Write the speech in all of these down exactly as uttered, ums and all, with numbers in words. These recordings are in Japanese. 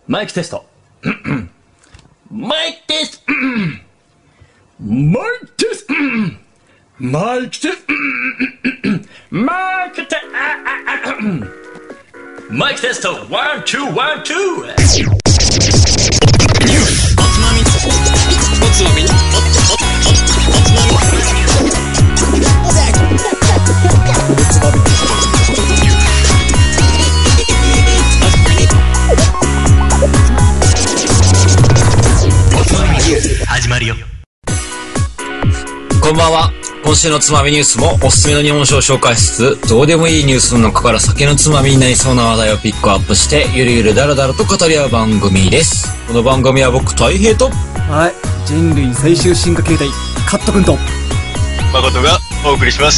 マイクテスト。マイクテスト。マイクテスト。マイクテスト。マイクテスト。マイクテスト。ワン、ツー、ワン、ツー。おつまみ。おつまみ。おつまみ。始まるよ。 こんばんは。今週のつまみニュースもおすすめの日本酒を紹介しつつ、どうでもいいニュースの中から酒のつまみになりそうな話題をピックアップして、ゆるゆるだらだらと語り合う番組です。この番組は僕、たい平と、 はい、人類最終進化形態、カット君と、 誠がお送りします。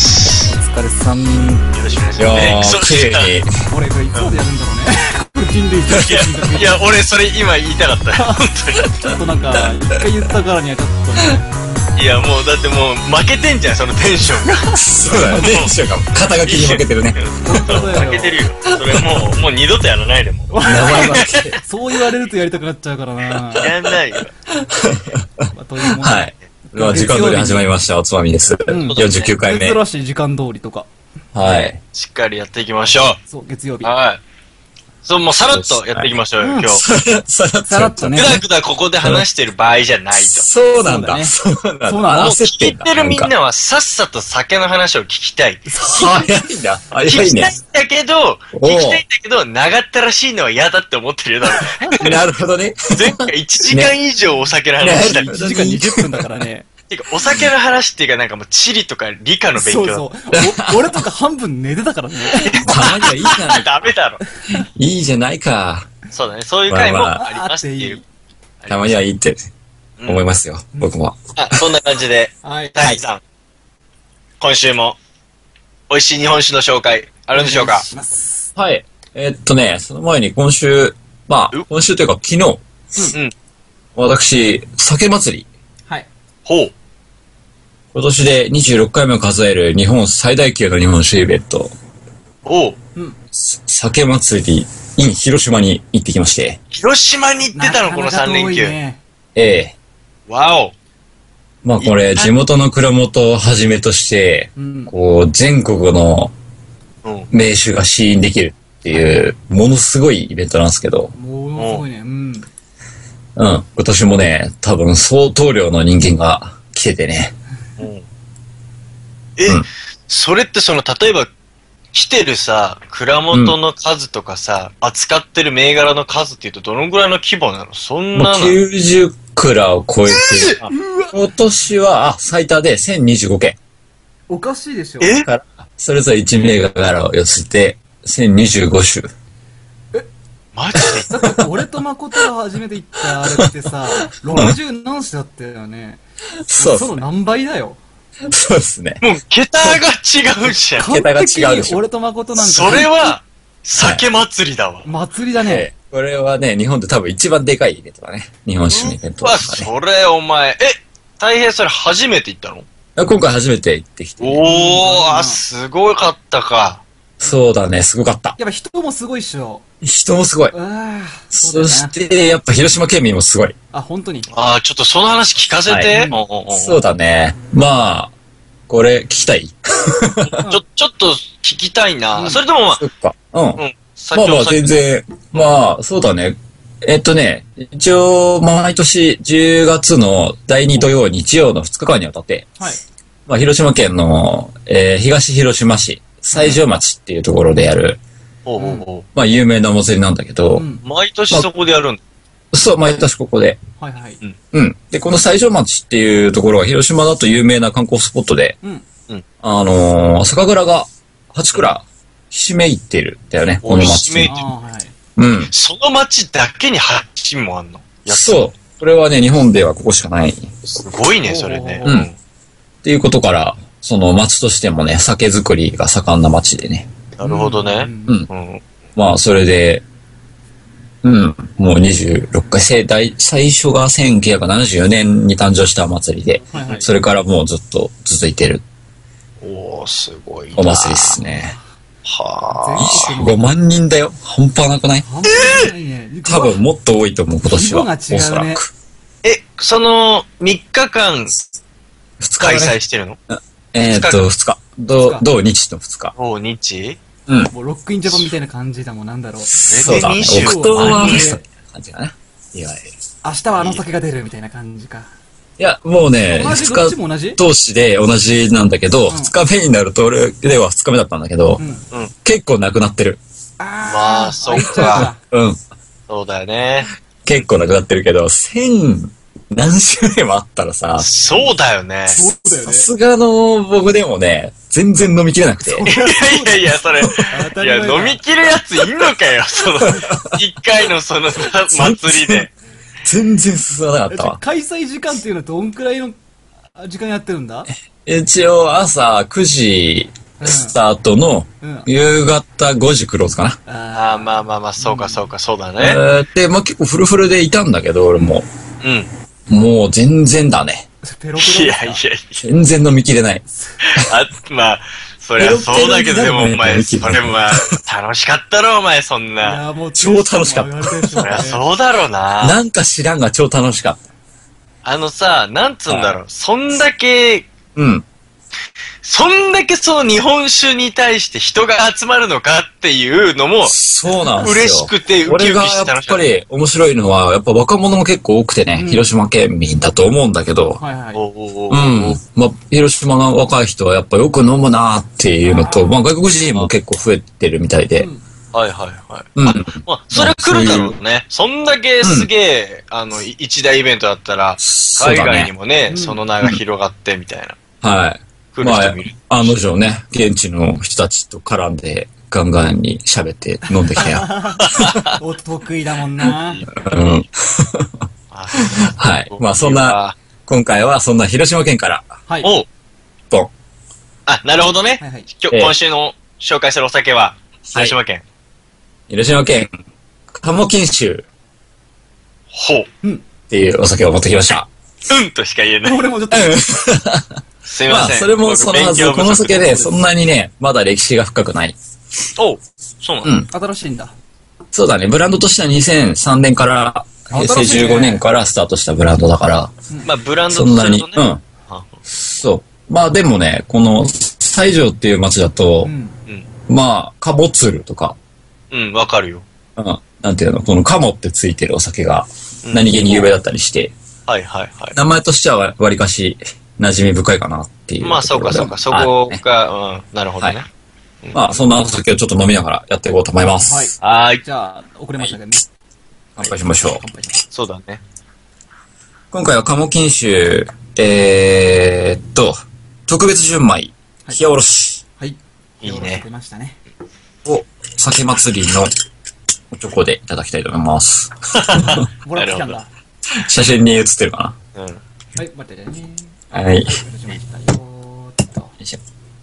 お疲れさん。よろしくお願いします。 いやー、綺麗に。 俺これいつまでやるんだろうね。これ人類最終進化形態。 いや、俺それ今言いたかったよ。本当に。 ちょっとなんか、一回言ったからにはちょっとね。 いや、もうだってもう負けてんじゃん、そのテンションが。 そうだね、テンションが肩書きに負けてるね。 負けてるよ。それもう、もう二度とやらないでも。 名前負けて。 そう言われるとやりたくなっちゃうからな。 やんないよ。 まあ、というもので、 はい。まあ、時間通り始まりました、おつまみです。うん、よんじゅうきゅうかいめ。 珍しい時間通りとか。 はい。 しっかりやっていきましょう。 そう、月曜日。 はい。そう、もうさらっとやっていきましょうよ、今日。 さらっと。 さらっとね。 ぐだぐだここで話してる場合じゃないと。 そうなんだ。そうなんだ。 そうなんだ。 もう聞いてるみんなはさっさと酒の話を聞きたい。 早いんだ。早いね。 聞きたいんだけど、聞きたいんだけど、長ったらしいのは嫌だって思ってるよ、多分。 なるほどね。 前回いちじかん以上お酒の話したから。 いちじかんにじゅっぷんだからね。 てか、お酒の話っていうかなんかもう地理とか理科の勉強。 そうそう。俺とか半分寝てたからね。 たまにはいいじゃない。 ダメだろ。 いいじゃないか。 そうだね。そういう回もありますっていう。 たまにはいいって思いますよ。僕も。 あ、そんな感じで。 はい。 だいさん。今週も、美味しい日本酒の紹介、あるんでしょうか？ します。 はい。えっとね、その前に今週、まあ、今週というか昨日、 うん。 私、酒祭り。 はい。 ほう。 今年でにじゅうろっかいめを数える日本最大級の日本酒イベント。 ほう。 うん。 酒祭り in 広島に行ってきまして。 広島に行ってたの、このさん連休。 ね、 ええ。 わお。 まあこれ、地元の蔵元をはじめとして、うん、こう、全国の名酒が試飲できるっていう、ものすごいイベントなんですけど。 ものすごいね。うん。 うん。今年もね、多分相当量の人間が来ててね。 うん、え、うん、それってその、例えば、来てるさ、蔵元の数とかさ、うん、扱ってる銘柄の数っていうとどのぐらいの規模なの？そんなの。 きゅうじゅう蔵を超えて、今年は、あ、最多でせんにじゅうごけん。 おかしいでしょ。 え？ それぞれいち銘柄を寄せて、せんにじゅうごしゅ。 え？マジで？ だって俺と誠が初めて行ったあれってさ、ろくじゅう何種だったよね。 そう。 その何倍だよ。 そうですね。 もう、桁が違うじゃん。 桁が違うでしょ。 俺と誠なんか。 それは、酒祭りだわ。 祭りだね。 これはね、日本で多分一番でかいイベントだね。日本酒のイベントだね。 それ、お前、え、大変それ初めて行ったの？ 今回初めて行ってきて。 おー、あ、すごかったか。 そうだね、すごかった。 やっぱ人もすごいっしょ。 人もすごい。そして、やっぱ広島県民もすごい。 あ、本当に。 あ、ちょっとその話聞かせて。 そうだね。まあ、これ聞きたい？ ちょ、ちょっと聞きたいな。それともまあ、 そっか。うん。 うん。 まあまあ全然、まあ、そうだね。えっとね、一応、毎年じゅうがつのだいに土曜、日曜のふつかかんにわたって、はい。まあ、広島県の、えー、東広島市、西条町っていうところでやる、 うん、 まあ、有名なお祭りなんだけど、うん、 毎年そこでやるんだ、 まあ、そう、毎年ここで。 はいはい。 うん。で、この西条町っていうところは広島だと有名な観光スポットで、うん。あのー、酒蔵がはち蔵ひしめいてるんだよね、この町。 ひしめいてる。うん。その町だけにはちもあんの？ そう。これはね、日本ではここしかない。 すごいね、それね。 うん。っていうことから、その町としてもね、酒造りが盛んな町でね。 なるほどね。 うん。うん、まあ、それで、うん、もうにじゅうろっかい、最初がせんきゅうひゃくななじゅうよねんに誕生したお祭りで、はいはい、それからもうずっと続いてる。 おー、すごいな。 お祭りですね。 は全国ごまん人だよ。半端なくない？ 半端ないね。 多分もっと多いと思う、今年は。 規模が違うねおそらく。 あ。え、その、みっかかん開二日だね催してるの？ えーっと、二日。土、土日の二日。 お日うん。 もうロックインジャパンみたいな感じだもん、なんだろう。 そうだね。 にじゅうオクトーバーフェストみたいな感じかな。いわゆる。 明日はあの酒が出るみたいな感じか。 いや、もうね、 同じ、 二どっちも日同じ同士で同じなんだけど、 ん二日目になると俺では二日目だったんだけどう、ん。 結構なくなってる。 あー。 まあそっか開いちゃうわうん。 そうだよね。 結構なくなってるけど、千何種類もあったらさ、 そうだよね。 そうだよさね。 すがの僕でもね、全然飲みきれなくて。 いやいやいや、それ、いや、 当たり前だ飲み切るやついんのかよ、その、一回のその、祭りで。 全然進まなかったわ。 開催時間っていうのはどんくらいのあ時間やってるんだ？ 一応朝くじスタートのうん。 夕方ごじクローズかな。 ああ、 あまあまあまあ、そうかそうか、そうだえね。 ーで、まあ結構フルフルでいたんだけど、俺も。 うん。 もう全然だね。 ー。ペロペロですかいやいやい全然飲みきれない。 や、あ、まあ、そりゃそうだけど、でもお前、それまあ、楽しかったろ、お前、そんいな。 やもう超楽しかったテンションも上がるでしょそりゃねそうだろうな。 なんか知らんが超楽しかった。 あのさ、なんつうんだろう、そんだけ、 うん。 そんだけその日本酒に対して人が集まるのかっていうのも、 そうなんですよ。 嬉しくてウキ俺がウキしてやっぱ楽しかった。 り面白いのは、やっぱ若者も結構多くてね、 うん広島県民だと思うんだけど、 はいはい。 おうおうおううん。まあ、広島の若い人はやっぱよく飲むなっていうのと、まあ外国人も結構増えてるみたいで、 うんはいはいはい。 うん。 まあ、それは来るだろうね。そんだけすげえ、あの、い一大イベントだったら、海そうだね。 外にもね、 うんその名が広がってみたいな。 はい。 来るまあ人もいる。、 案の定ね、現地の人たちと絡んで、ガンガンに喋って飲んできたよ。 お得意だもんな。 うん。 あはい。まあそんな、。今回はそんな広島県から、 はい。 おうドン。 あ、なるほどね。 はいはい。 今日、 ええ今週の紹介するお酒は、広島県。 広島県、鴨金酒ほう。 っていうお酒を持ってきました。 うんとしか言えない。 俺もちょっと、 まあ、 すいません。 それもそのはず、 僕この酒ね、 勉強不足そんなにね、まだ歴史が深くない。 おう、そうなの、 うん。 新しいんだ。 そうだね、ブランドとしてはにせんさんねんから、平成じゅうごねんからスタートしたブランドだから、 まあ、ブランドそんなに、 とするとね。 うん。そう。まあでもね、この、西条っていう町だとう、ん。 まあ、カモツルとか、 うん、わかるよ。 うん、なんていうの、このカモってついてるお酒が、 うん何気に有名だったりして、 はいはいはい。 名前としてはわりかし馴染み深いかなっていう。 まあ、そうかそうか。そこが、うん、なるほどね。 まあ、そんなお酒をちょっと飲みながらやっていこうと思います。 はい。 はーい。 じゃあ、遅れましたけどね。 乾杯しましょう。 乾杯します。 そうだね。 今回は鴨金酒、えーっと、特別純米、 はい冷やおろしはい。 いいね出ましたね。 を酒祭りのおチョコでいただきたいと思います。 もらってきたんだ。 写真に写ってるかうん。 はい、待ってね。 なはい。よはい、出しましたよーっと。 いしょ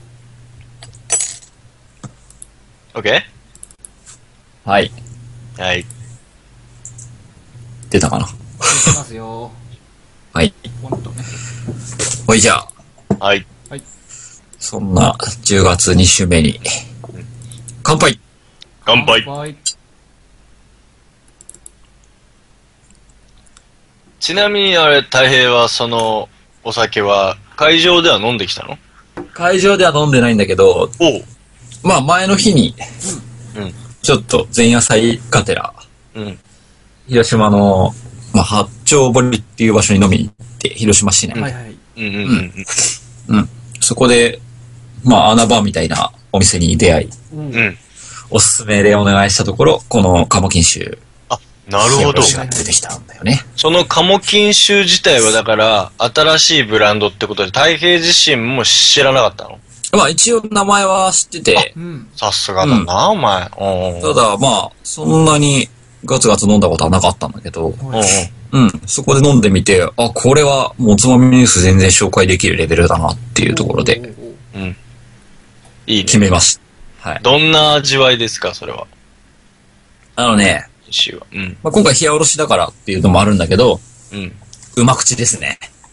オッケはい。 ーはい。 出たかないきますよはい。 ー。ポンとね。 ほいじゃあ、 はい。 そんなじゅうがつに週目に、乾杯乾杯。 乾杯。 ちなみにあれ、太平はそのお酒は会場では飲んできたの？ 会場では飲んでないんだけど、 おう。 まあ前の日に、 うん。 ちょっと前夜祭がてら、 うん。 広島の、まあ、八丁堀っていう場所に飲みに行って、広島市内。 はいはい。 うんうんうんうん。そこで、まあ、穴場みたいなお店に出会い、 うんうん。うん。 おすすめでお願いしたところ、この鴨金酒、 あ、なるほど冷やおろ。しが出てきたんだよね。 その鴨金酒自体はだから、新しいブランドってことで、太平自身も知らなかったの？ まあ、一応名前は知ってて、 うん。 さすがだな、お前。うん。 ただ、まあ、そんなにガツガツ飲んだことはなかったんだけど、 うんうん。 うん。そこで飲んでみて、あ、これはもうおつまみニュース全然紹介できるレベルだなっていうところでうん。いいね。 決めました。はい。 どんな味わいですか、それは。 あのね、 酒は。うん。 まあ、今回冷やおろしだからっていうのもあるんだけど、 うん。 うま口ですね。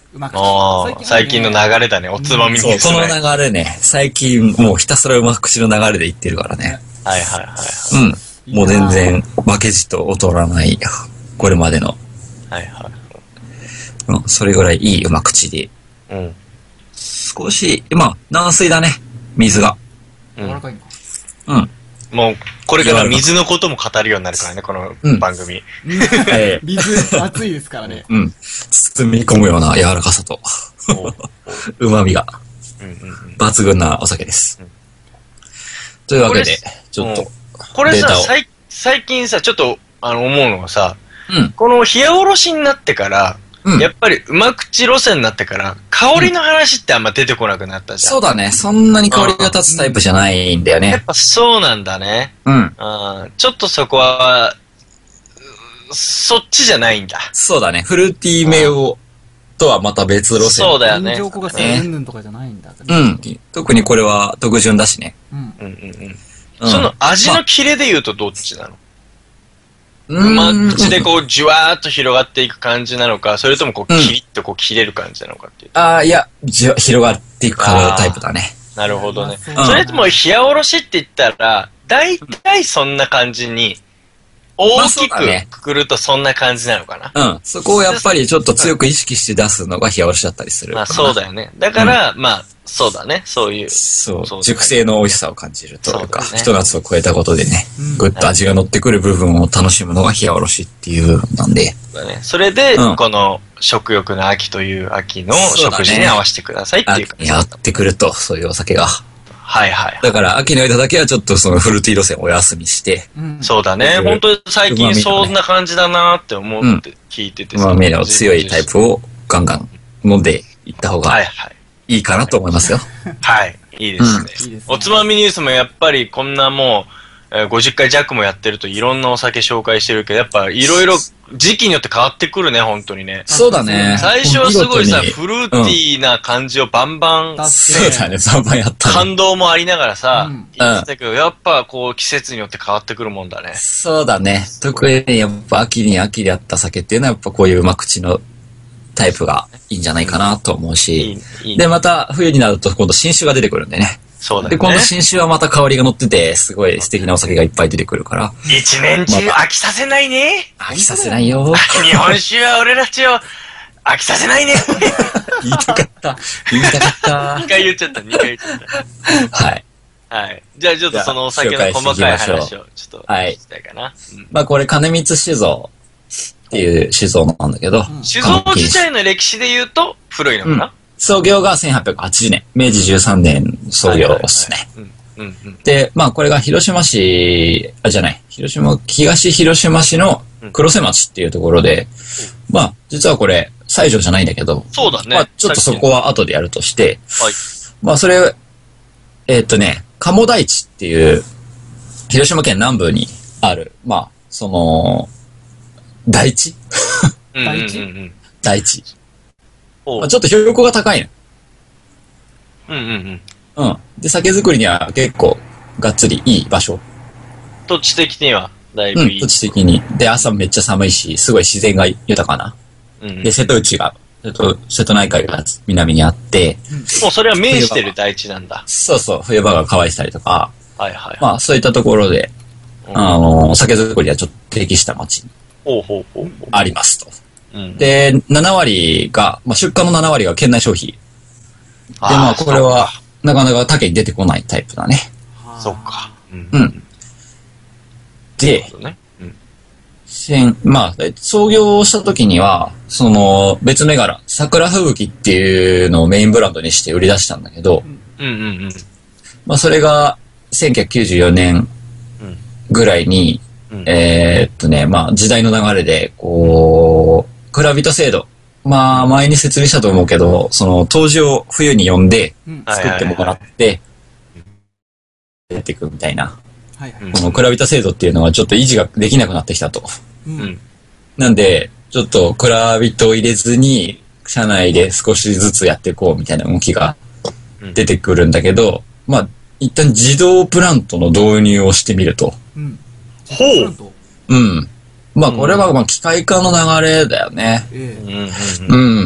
うまくああ、最近の流れだね、おつまみニュースそう、このね。 流れね、最近もうひたすらうま口の流れで言ってるからね。 はいはいはいはい。 うん。もう全然負けじと劣らない、これまでの。 はいはい。 うん、それぐらいいいうま口で。 うん。 少し、まあ、軟水だね、水が。 柔らかいのか。 うん。 もう、これから水のことも語るようになるからね、この番組。 えー水、熱いですからね。 うん。包み込むような柔らかさと、旨味がうんうんうん。 抜群なお酒です。 うんというわけでこれ、 ちょっと、 これさ、 データをさい最近さ、ちょっと、あの、思うのはさ、 うん。 この冷やおろしになってから、 うんやっぱりうま口路線になってから、香りの話ってあんま出てこなくなったじゃん。 そうだね。そんなに香りが立つタイプじゃないんだよやっね。 ぱそうなんだね。 うん。 うん。ちょっとそこは、うそっちじゃないんだ。 そうだね。フルーティーめを、とはまた別路線。 そうだよね。 臨場香がさ、うんぬんとかじゃないんだ。 うん。特にこれは特順だしね。 うん。 うんうんうん。 うんその味のキレで言うとどっちなの、 ううま口でこう、じゅわーっと広がっていく感じなのか、それともこう、 うんキリッとこう切れる感じなのかっていう。 ああ、いや、じわ広がっていくタイプだね。 なるほどね。 うんそれとも冷やおろしって言ったら、大体そんな感じに、 ま大あそうきくだねくくるとそんな感じなのかな。 うん。そこをやっぱりちょっと強く意識して出すのが冷やおろしだったりする。 まあそうだよね。だから、まあ、そうだね。そういう。 そう。 そうだね熟成の美味しさを感じるというか、 そうだね一夏を超えたことでね、 うんぐっと味が乗ってくる部分を楽しむのが冷やおろしっていうなんで。 だね。それで、 うんこの食欲の秋という秋のそうだね食事に合わせてくださいっていう感じ。 やってくると、そういうお酒が。 はいはい。 だから秋の間だけはちょっとそのフルーティー路線をお休みして、 うん。 そうだね。 うん本当に最近そんな感じだなって思って聞いててまあ目の強いタイプをガンガン飲んでいった方がはいはい。 いいかなと思いますよ。 はい。いいですね。 いいですねおつまみニュースもやっぱりこんなもう、えーごじゅっかい弱もやってるといろんなお酒紹介してるけど、やっぱいろいろ時期によって変わってくるね、本当にね。 そうだね。 最初はすごいさ、 見事にフルーティーな感じをバンバン、 だってそうだね、バンバンやったね。 感動もありながらさ、 うん言ってたけど、やっぱこう季節によって変わってくるもんだね。 そうだね。特にやっぱ秋に秋であった酒っていうのはやっぱこういううま口のタイプがいいんじゃないかなと思ういし。 い、いいで、また冬になると今度新酒が出てくるんでね。で、 そうだよね。 今度新酒はまた香りが乗ってて、すごい素敵なお酒がいっぱい出てくるから。 一年中飽きさせないね。 飽きさせないよ。 日本酒は俺たちを飽きさせないね。 言いたかった。言いたかった二。回言っちゃった、二回言っちゃっはい。 た。はい。じゃあちょっとそのお酒の細かい話をちょっとはい聞きたいかな。うんまあこれ金光酒造っていう酒造なんだけど。 酒造自体の歴史で言うと古いのかな、 創業がせんはっぴゃくはちじゅうねん。明治じゅうさんねん創業ですね。 うんうんうん。 で、まあこれが広島市、あ、じゃない、広島、東広島市の黒瀬町っていうところで、まあ実はこれ、西条じゃないんだけど、 そうだね。 まあちょっとそこは後でやるとして、 はい。 まあそれ、えーっとね、鴨台地っていう、広島県南部にある、まあ、その、台地うんうんうん大地うん。 台地。 おうまあ、ちょっと標高が高いの。 うんうんうん。 うん。で、酒造りには結構、がっつりいい場所。 土地的には、だいうん、 ぶいい。 土地的に。で、朝めっちゃ寒いし、すごい自然が豊かな。 うんで、瀬戸内が、瀬戸瀬戸内海が南にあって、 もうそれは面してる大地なんだ。 そうそう、冬場が乾いてたりとか、 はいはい。 まあそういったところで、 うんあの、酒造りはちょっと適した町にほうほうほうほありますと。 う。うん。 で、なな割が、まあ出荷のなな割が県内消費。で、まあこれは、なかなか他県に出てこないタイプだね。 そっか。うん。 うん。で、 そうね。うん。 先まあ、創業した時には、その、別銘柄、桜吹雪っていうのをメインブランドにして売り出したんだけど、 うんうんうん。 まあ、それが、せんきゅうひゃくきゅうじゅうよねんぐらいに、 うんえーっとね、まあ、時代の流れで、こう、蔵人制度。まあ、前に説明したと思うけど、その、杜氏を冬に呼んで、 うん。 はい作ってもらって、やっていくみたいな。 はいはい。 うんこの蔵人制度っていうのはちょっと維持ができなくなってきたと。 う。 うんん。 なんで、ちょっと蔵人を入れずに、社内で少しずつやっていこうみたいな動きが出てくるんだけど、まあ、一旦自動プラントの導入をしてみると。 うん。 ほうと。 うん。まあ、これはまあ機械化の流れだよね。 ええ。 うんうんうん。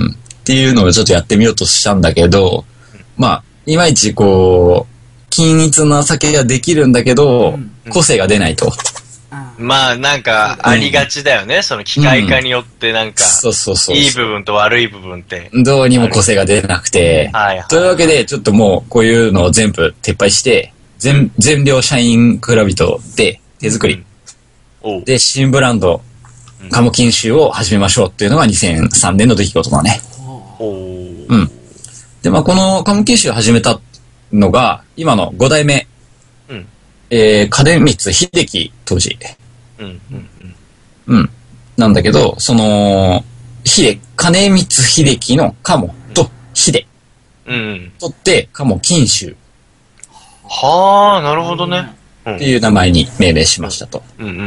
っていうのをちょっとやってみようとしたんだけど、まあ、いまいちこう、均一な酒ができるんだけど、うん、個性が出ないと。 まあ、なんか、ありがちだよね。うん、その機械化によってなんか、 そうそうそう。 いい部分と悪い部分って。 どうにも個性が出なくて。はいはい。というわけで、ちょっともう、こういうのを全部撤廃して、全、全量社員クラビトで手作り。うん、で、新ブランド、カモ禁酒を始めましょうっていうのがにせんさんねんの出来事だね。うん。で、まあ、このカモ禁酒を始めたのが、今のご代目、うん、えー、金光秀樹当時。うん、うん、うん。うん。なんだけど、その、秀、金光秀樹のカモと秀。うん。とって、カモ禁酒。 はあ、なるほどね。 っていう名前に命名しましたと。うん、うん、うん、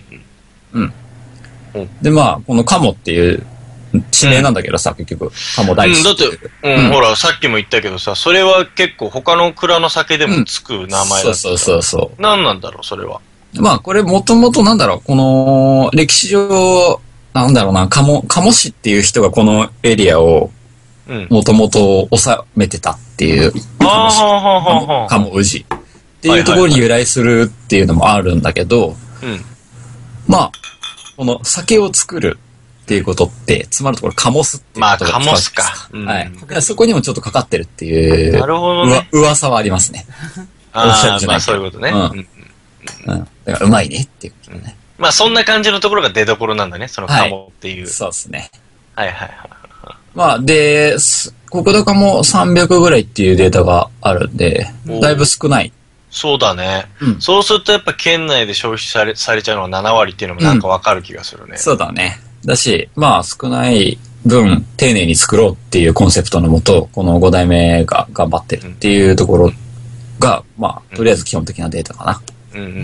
うん。うん。で、まあ、このカモっていう地名なんだけどさ、うん、結局。カモ大好き。 うん、だって、うん、うん、ほら、さっきも言ったけどさ、それは結構他の蔵の酒でもつく名前だった、うん。そうそうそう。何なんだろう、それは。 まあ、これもともとなんだろう、この、歴史上、なんだろうな、カモ、カモ市っていう人がこのエリアを、もともと治めてたっていう、カモ氏っていうところに由来するっていうのもあるんだけど、まあ、この酒を作るっていうことって、つまるところカモスっていうことがまあ、カモスか。 うん、はい。そこにもちょっとかかってるっていう、 なるほどね。 うわ、噂はありますね。 ああ、まあそういうことね。うん。 うん。だからうまいねっていうことね。 まあそんな感じのところが出どころなんだね、そのカモっていう。はい、 そうですね。 はいはいはい。 まあで、国高もさんびゃくぐらいっていうデータがあるんで、だいぶ少ない。 そうだね、うん。そうするとやっぱ県内で消費され、されちゃうのはななわりっていうのもなんかわかる気がするね、うん。 そうだね。だし、まあ少ない分丁寧に作ろうっていうコンセプトのもと、このご代目が頑張ってるっていうところが、うん、まあとりあえず基本的なデータかな。うんうんうん、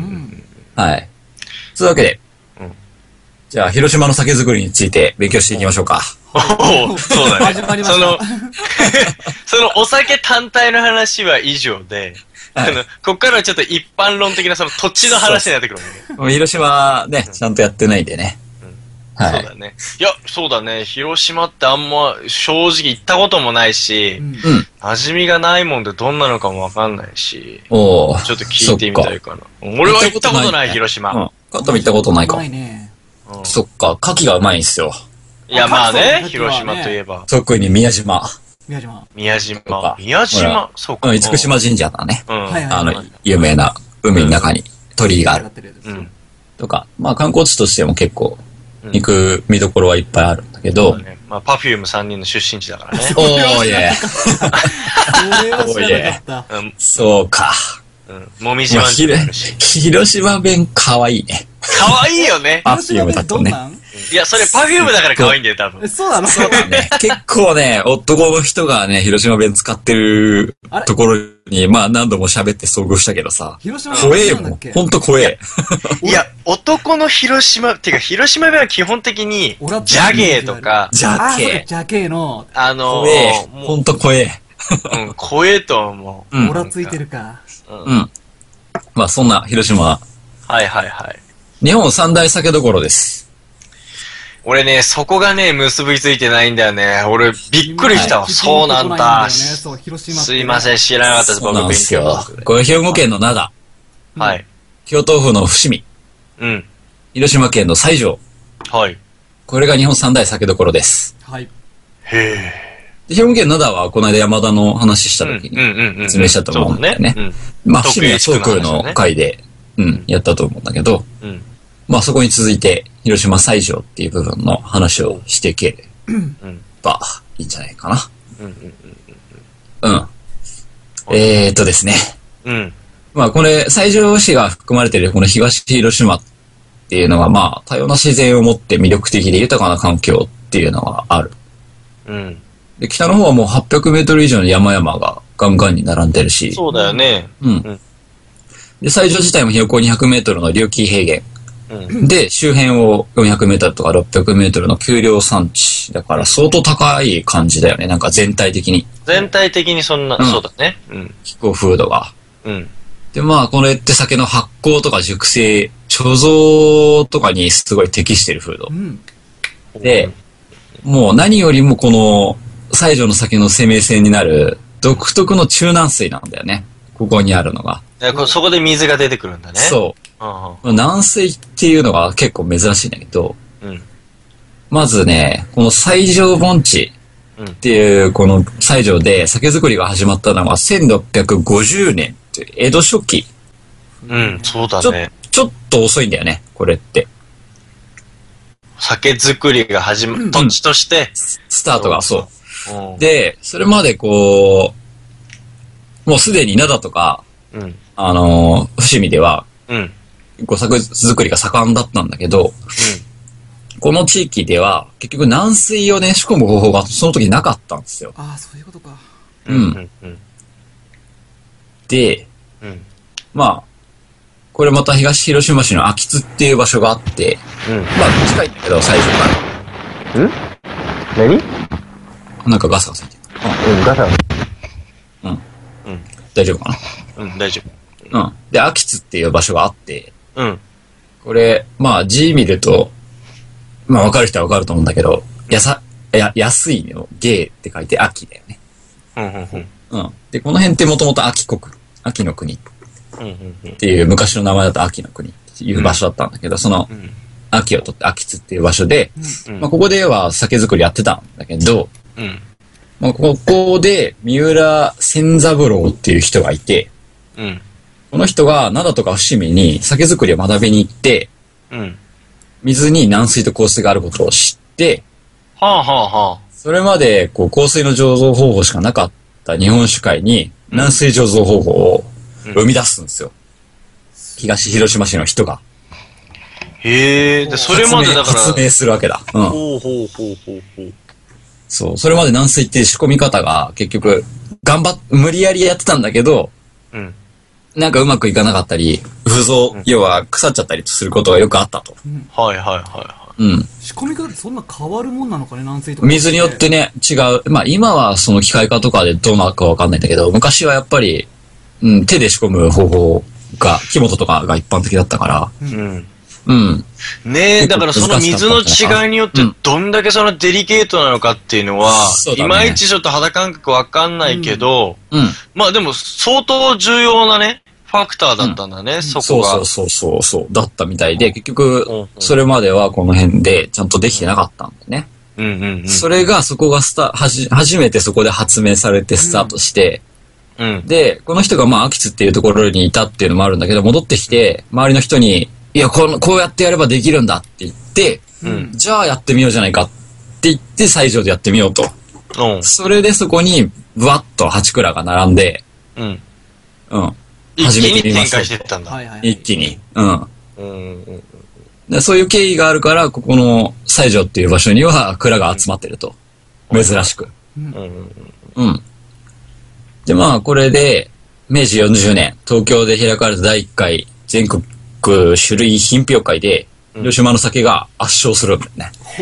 はい。そういうわけで、うん、じゃあ広島の酒造りについて勉強していきましょうか。 おお、そうだね。始まりました。その、そのお酒単体の話は以上で、はい、あの、こっからはちょっと一般論的なその土地の話になってくるわけね。広島ね、ちゃんとやってないんでね。 うん、はい、そうだね。いや、そうだね。広島ってあんま正直行ったこともないし、うん、馴染みがないもんでどんなのかもわかんないし、おちょっと聞いてみたいかな。俺は行ったことない、広島。うん。 カットも行ったことないか。ないね。うん、そっか、牡蠣がうまいんすよ。 いや、まあね、広島といえば。 特に宮島。 宮島。 宮島。宮島そうか。 うん、厳島神社だね。うん。あの、有名な海の中に鳥居がある。うん。とか、まあ観光地としても結構、行く見どころはいっぱいあるんだけど。 まあ、パフュームさんにんの出身地だからね。 おーいえ。おーいえ。そうか。 うん。もみじまんじゅうもあるし。 広島弁かわいいね。 かわいいよね。 パフュームだとね。 いや、それパフュームだから可愛いんだよ、多分。 そうなのそうだね。結構ね、男の人がね、広島弁使ってるところに、まあ何度も喋って遭遇したけどさ。広島弁怖えもん。ほんと怖え。 いや、男の広島、っていうか広島弁は基本的に、ジャゲーとか、 ジャケー。ジャケーの、 あのー、ほんと怖え。 うん、怖えと思う。オラついてるか。 うん。まあそんな広島。 はいはいはい。 日本三大酒どころです。 俺ね、そこがね、結びついてないんだよね。俺、びっくりしたわ。はい、そうなんだ。そう、広島すいません、知らなかったです、僕。 そうなんですよ。これ、兵庫県の灘。 はい。 京都府の伏見。 うん。 広島県の西条。 はい。 これが日本三大酒どころです。 はい。 へー。兵庫県灘は、この間山田の話した時に、説明したと思うんだよね。まあ、伏見はトークの回で、うん、やったと思うんだけど、うん。まあそこに続いて、広島西条っていう部分の話をしていければいいんじゃないかな。うん。えーっとですね。 うん。 まあこれ、西条市が含まれているこの東広島っていうのがまあ多様な自然を持って魅力的で豊かな環境っていうのがある。 うん。 で、北の方はもうはっぴゃくメートル以上の山々がガンガンに並んでるし。 そうだよね。 うん。で、西条自体も標高にひゃくメートルの隆起平原。うん、で、周辺をよんひゃくメートルとかろっぴゃくメートルの丘陵山地。だから相当高い感じだよね。なんか全体的に。 全体的にそんな、うん、そうだね。うん。 気候風土が。 うん。 で、まあ、これって酒の発酵とか熟成、貯蔵とかにすごい適してる風土。うん、で、もう何よりもこの、 西条の酒の生命線になる独特の中軟水なんだよね。ここにあるのが。 そこで水が出てくるんだね。 そう。うんうん、軟水っていうのが結構珍しいんだけど、うん、まずね、この西条盆地っていう、この西条で酒造りが始まったのはせんろっぴゃくごじゅうねんっていう江戸初期。 うん、そうだね。 ちょ、ちょっと遅いんだよね、これって。 酒造りが始ま、うん、土地として。 スタートが、そう。うん、で、それまでこう、もうすでに灘とか、うん、あのー、伏見では、うん、こう酒造りが盛んだったんだけど、うん、この地域では結局軟水をね仕込む方法がその時なかったんですよ。 ああ、そういうことか。 うん。うんうん、で、うん、まあこれまた東広島市の秋津っていう場所があって、うん、まあ近いんだけど最初から。 ん？何？ なんかガサガサ言ってる。うん、ガサ。 うん。うん。大丈夫かな？うん、大丈夫。 うん。で、秋津っていう場所があって、 うん。 これ、まあ字見ると、まあ分かる人は分かると思うんだけど、やさ、や、安いの、芸って書いて秋だよね。 うんうんうん。 うん。で、この辺ってもともと秋国、秋の国っていう昔の名前だと秋の国っていう場所だったんだけど、その、秋を取って秋津っていう場所で、まあここでは酒造りやってたんだけど、うん。まあここで三浦千三郎っていう人がいて、うん。この人が灘とか伏見に酒造りを学びに行って、うん。水に軟水と硬水があることを知って、 はあはあはあ。 それまでこう硬水の醸造方法しかなかった日本酒界に軟水醸造方法を生み出すんですよ。うん、東広島市の人が。 へえ、で、それまでだから。 発明するわけだ。うん。 ほうほうほうほうほう。 そう。それまで軟水っていう仕込み方が結局、頑張っ、無理やりやってたんだけど、うん。なんかうまくいかなかったり、風造、うん、要は腐っちゃったりすることがよくあったと。 うん、はいはいはいはい。 うん。 仕込み方ってそんな変わるもんなのかね、軟水とか。 水によってね、違う。まあ今はその機械化とかでどうなるかわかんないんだけど、昔はやっぱり、うん、手で仕込む方法が、木本とかが一般的だったから。うん。うん。 ねえ、だからその水の違いによってどんだけそのデリケートなのかっていうのは、うんね、いまいちちょっと肌感覚わかんないけど、うんうん、まあでも相当重要なね、ファクターだったんだね、うん、そこが。 そうそうそうそう、だったみたいで、結局、それまではこの辺でちゃんとできてなかったんだよね。 うんうんうんうん、 それがそこがスタはじ、初めてそこで発明されてスタートして、うん、で、この人がまあ秋津っていうところにいたっていうのもあるんだけど、戻ってきて、周りの人に、いや、この、こうやってやればできるんだって言って、うん、じゃあやってみようじゃないかって言って、西条でやってみようと。うん、それでそこに、ブワッと八蔵が並んで、うん。うん。 初めて見ました。一気に展開してったんだ。 一気に。うん。うんうんでそういう経緯があるから、ここの西条っていう場所には蔵が集まってると。うん、珍しく。うん。うん。で、まあ、これで、めいじよんじゅうねん、東京で開かれただいいっかい全国種類品評会で、広島の酒が圧勝するんだよね。 え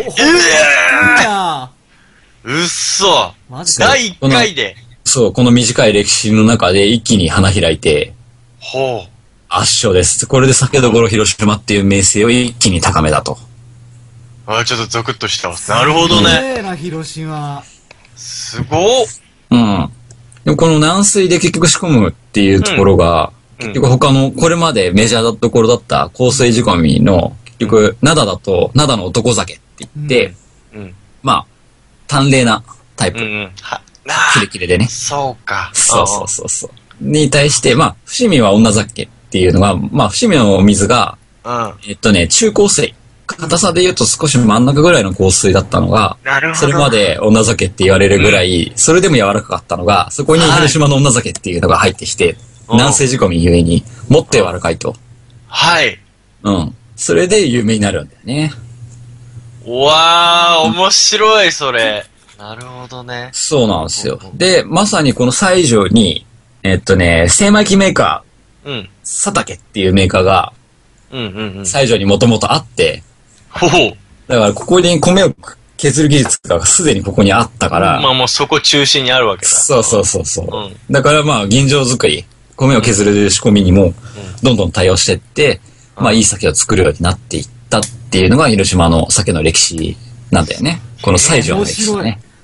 えー、うっそマジだいいっかいでそう、この短い歴史の中で一気に花開いて、 ほう。 圧勝です。これで酒どころ広島っていう名声を一気に高めたと。 ああ、ちょっとゾクッとしたわ。なるほどね。 すげえな、広島。 すごっ。 うん。でもこの軟水で結局仕込むっていうところが、うん、結局他のこれまでメジャーなところだった香水仕込みの、結局、灘だと、灘の男酒って言って、うんうん、まあ、淡麗なタイプ。うんうん、はキレキレでね。 そうか。 そうそうそうそう。に対して、まあ、伏見は女酒っていうのが、まあ、伏見の水が、うん、えっとね、中硬水。硬さで言うと少し真ん中ぐらいの硬水だったのが、 なるほど。 それまで女酒って言われるぐらい、うん、それでも柔らかかったのが、そこに広島の女酒っていうのが入ってきて、はい、軟水仕込みゆえにもっと柔らかいと。 はい。 うん。それで有名になるんだよね。 うわー、面白い、それ。なるほどね。 そうなんですよ。で、まさにこの西条に、えっとね、精米機メーカー、うん。佐竹っていうメーカーが、うんうんうん。西条にもともとあって、 ほう。 だからここに米を削る技術がすでにここにあったから。 まあもうそこ中心にあるわけだ。 そうそうそうそう。うん、だからまあ吟醸作り、米を削る仕込みにも、どんどん対応していって、うん、まあいい酒を作るようになっていったっていうのが広島の酒の歴史なんだよね。この西条の歴史だね。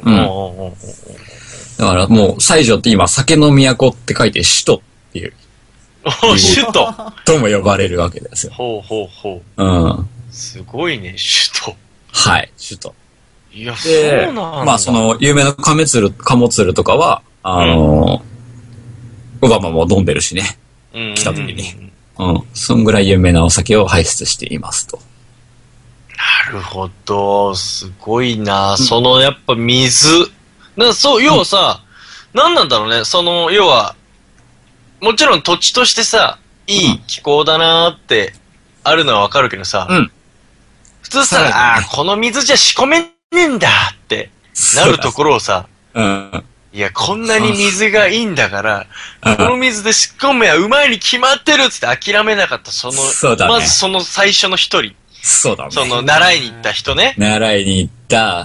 うん。だからもう、西条って今、酒の都って書いて首都っていう。 お首都とも呼ばれるわけですよ。 ほうほうほう。うん。 すごいね、首都。 はい、首都。 いや、そうなんだ。 まあ、その、有名な亀鶴、鴨鶴とかは、あのー、オバマも飲んでるしね。来た時に。うん。そんぐらい有名なお酒を輩出していますと。 なるほど。すごいな。その、やっぱ水。なそう、要はさ、うん、何なんだろうね。その、要は、もちろん土地としてさ、いい気候だなーってあるのはわかるけどさ、うん、普通さ、ね、ああ、この水じゃ仕込めねえんだってなるところをさ、うん、いや、こんなに水がいいんだから、この水で仕込めばうまいに決まってるっつって諦めなかった、その、 そうだね、 まずその最初の一人。 そうだね。 その、習いに行った人ね。 習いに行った、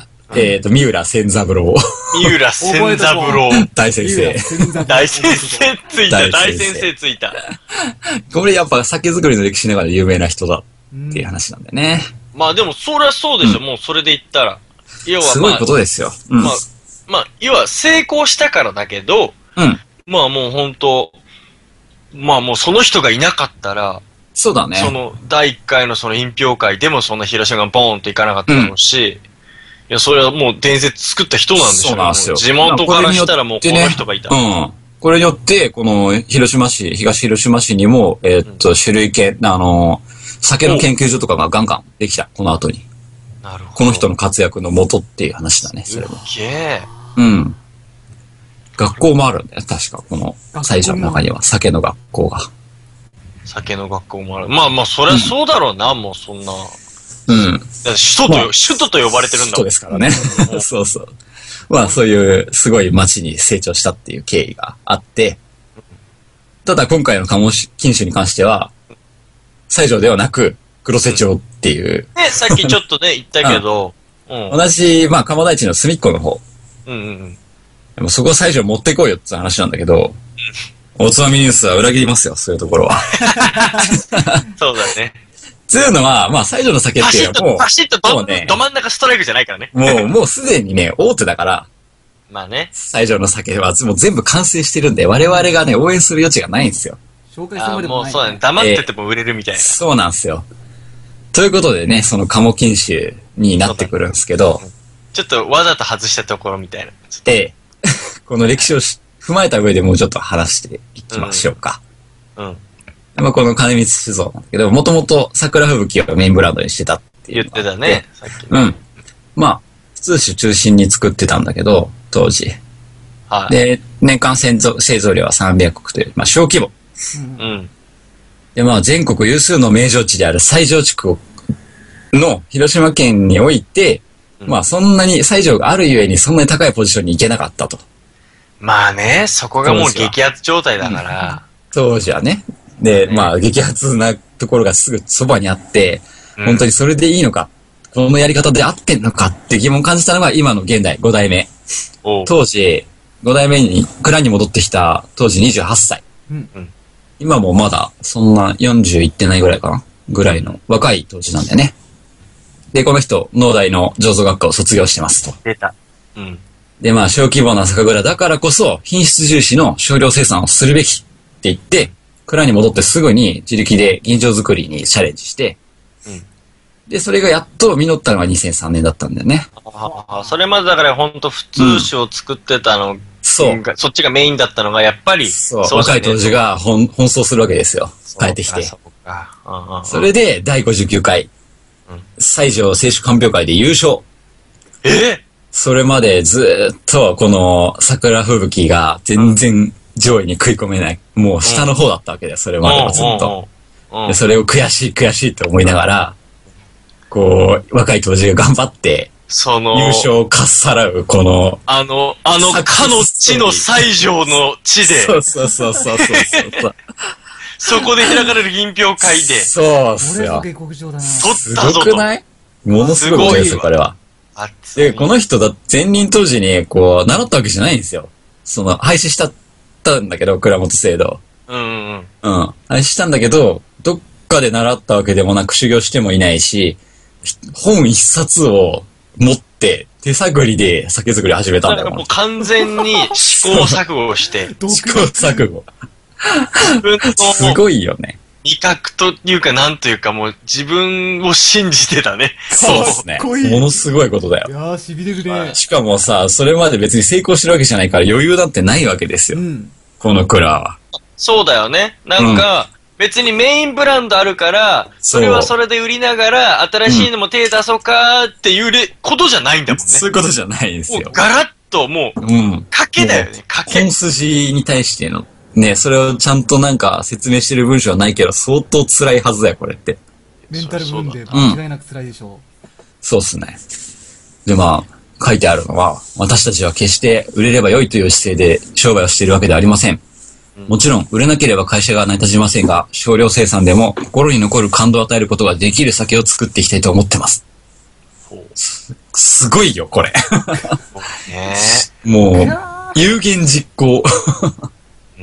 えっと、三浦千三郎。 三浦千三郎。 大先生。 大先生ついた、大先生ついた。 これやっぱ酒造りの歴史の中で有名な人だっていう話なんだよね。 まあでも、そりゃそうでしょ、うん、もうそれで言ったら。 要は、まあ、すごいことですよ。 うん、まあ、まあ、要は成功したからだけど、うん、まあもう本当、まあもうその人がいなかったら、 そうだね。 その、だいいっかいのその品評会でもそんな広島がボーンといかなかっただろうし、うん、いや、それはもう伝説作った人なんでしょう。 そうなんですよ。 地元からしたらもうこの人がいた。 うん。これによって、この広島市、東広島市にも、えー、っと、種類系、あの、酒の研究所とかがガンガンできた、この後に。 なるほど。 この人の活躍の元っていう話だね、それも。 すげえ。 うん。学校もあるんだよ、確か、この、最初の中には、酒の学校が。 酒の学校もある。まあまあ、そりゃそうだろうな、うん、もうそんな。 うん。 首都と、まあ、首都と呼ばれてるんだもん。 首都ですからね。そうそう。まあ、そういう、すごい町に成長したっていう経緯があって、ただ今回の鴨金酒に関しては、西条ではなく、黒瀬町っていう。 ね、さっきちょっとね、言ったけど、 うん、同じ、まあ、鴨台地の隅っこの方。 うんうんうん。 でもそこを西条持ってこいよって話なんだけど、おつまみニュースは裏切りますよ、そういうところは。 そうだね。 つうのは、まあ、西条の酒っていうのはもう、 パシッと、パシッとど、ね、ど真ん中ストライクじゃないからね。 もう、もうすでにね、大手だから、 まあね。 西条の酒はもう全部完成してるんで、我々がね、応援する余地がないんですよ。 紹介するまでもない、ね。 もうそうだね。黙ってても売れるみたいな。 えー、そうなんですよ。ということでね、その鴨金酒になってくるんですけど、 ちょっとわざと外したところみたいな。 ええ。この歴史を踏まえた上でもうちょっと話していきましょうか。うん。うん、まあこの金光酒造なんだけど、もともと桜吹雪をメインブランドにしてたっていう。 言ってたね、さっき。 うん。まあ、普通酒中心に作ってたんだけど、当時。はい。で、年間製造製造量はさんびゃくおくという、まあ小規模。うん。で、まあ全国有数の名城地である西条地区の広島県において、うん、まあそんなに西条があるゆえにそんなに高いポジションに行けなかったと。 まあね、そこがもう激アツ状態だから。 当時はね。で、ね、まあ激アツなところがすぐそばにあって、うん、本当にそれでいいのか、このやり方で合ってんのかって疑問を感じたのが今の現代ご代目。当時、ご代目に蔵に戻ってきた当時にじゅうはっさい。うんうん、今もまだそんなよんじゅういってないぐらいかなぐらいの若い当時なんだよね。で、この人、農大の醸造学科を卒業してますと。 出た。うん。 で、まあ、小規模な酒蔵だからこそ、品質重視の少量生産をするべきって言って、蔵に戻ってすぐに自力で吟醸作りにチャレンジして、うん。で、それがやっと実ったのがにせんさんねんだったんだよね。 ああ、それまでだから本当普通酒を作ってたの、うん、そう。そっちがメインだったのが、やっぱり、 そう。そう若い当時が奔走するわけですよ。帰ってきて。そうか。ああそれで、だいごじゅうきゅうかい。西条清酒鑑評会で優勝。 えそれまでずっとこの桜吹雪が全然上位に食い込めない。もう下の方だったわけだよ、それまではずっと。でそれを悔しい悔しいと思いながら、こう、若い当時が頑張って、 その、 優勝をかっさらう、この、 あの、あの、かの地の西条の地で。 そうそうそうそうそうそう。 そこで開かれる品評会で。 そうっすよ。 これぞ下克上だな。 取ったぞと。 すごくないものすごいことですよ、これは。で、この人だ、前任当時に、こう、習ったわけじゃないんですよ。その、廃止したったんだけど、倉本制度。 うんうんうん。 うん。廃止したんだけど、どっかで習ったわけでもなく修行してもいないし、本一冊を持っって手探りで酒造り始めたんだよ。 なんかもう完全に試行錯誤をして、 試行錯誤。 自分すのごいよね。 味覚というかなんというかもう自分を信じてたね。 そうですね。 かっこいいものすごいことだよい。やー、しびれるね。 しかもさ、それまで別に成功してるわけじゃないから余裕だってないわけですよ。 うん。 この蔵は。 そうだよね。なんか、別にメインブランドあるから、それはそれで売りながら、新しいのも手出そうかっていうれことじゃないんだもんね。 そういうことじゃないですよ。 もうガラッともう、 うん。 賭けだよね、賭け。 本筋に対しての、ね、それをちゃんとなんか説明してる文章はないけど、相当辛いはずだよ、これって。 メンタル分で間違いなく辛いでしょう。 そうっすね。で、まあ、書いてあるのは、私たちは決して売れれば良いという姿勢で商売をしているわけではありません。もちろん、売れなければ会社が成り立ちませんが、少量生産でも心に残る感動を与えることができる酒を作っていきたいと思ってます。す、すごいよ、これ。 ねもう、有言実行。 うん。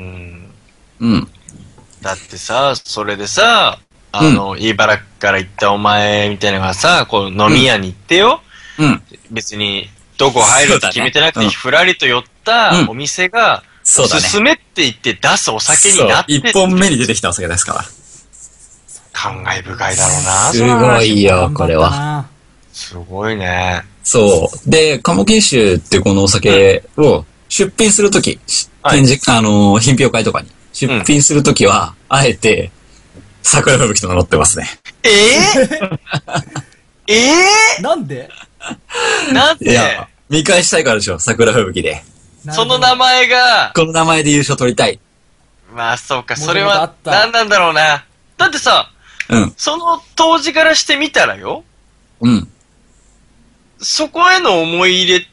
うん。 だってさ、それでさ、あの、うん、茨城から行ったお前みたいなのがさ、こう飲み屋に行ってよ。うん。別に、どこ入るって決めてなくて、ふらりと寄ったお店が、おすすめって言って出すお酒になってそう、一本目に出てきたお酒ですから。 感慨深いだろうな。 すごいよ、これは。 すごいね。 そう。で、鴨金酒ってこのお酒を出品するとき、展示、あの、品評会とかに出品するときは、うん、あえて、桜吹雪と名乗ってますね。 えぇ、ー、えぇ、 ー、なんでなんでいや、見返したいからでしょ、桜吹雪で。 その名前が、 この名前で優勝取りたい。 まあ、そうか、それは、何なんだろうな。だってさ、 うん。 その当時からしてみたらよ。 うん。 そこへの思い入れって、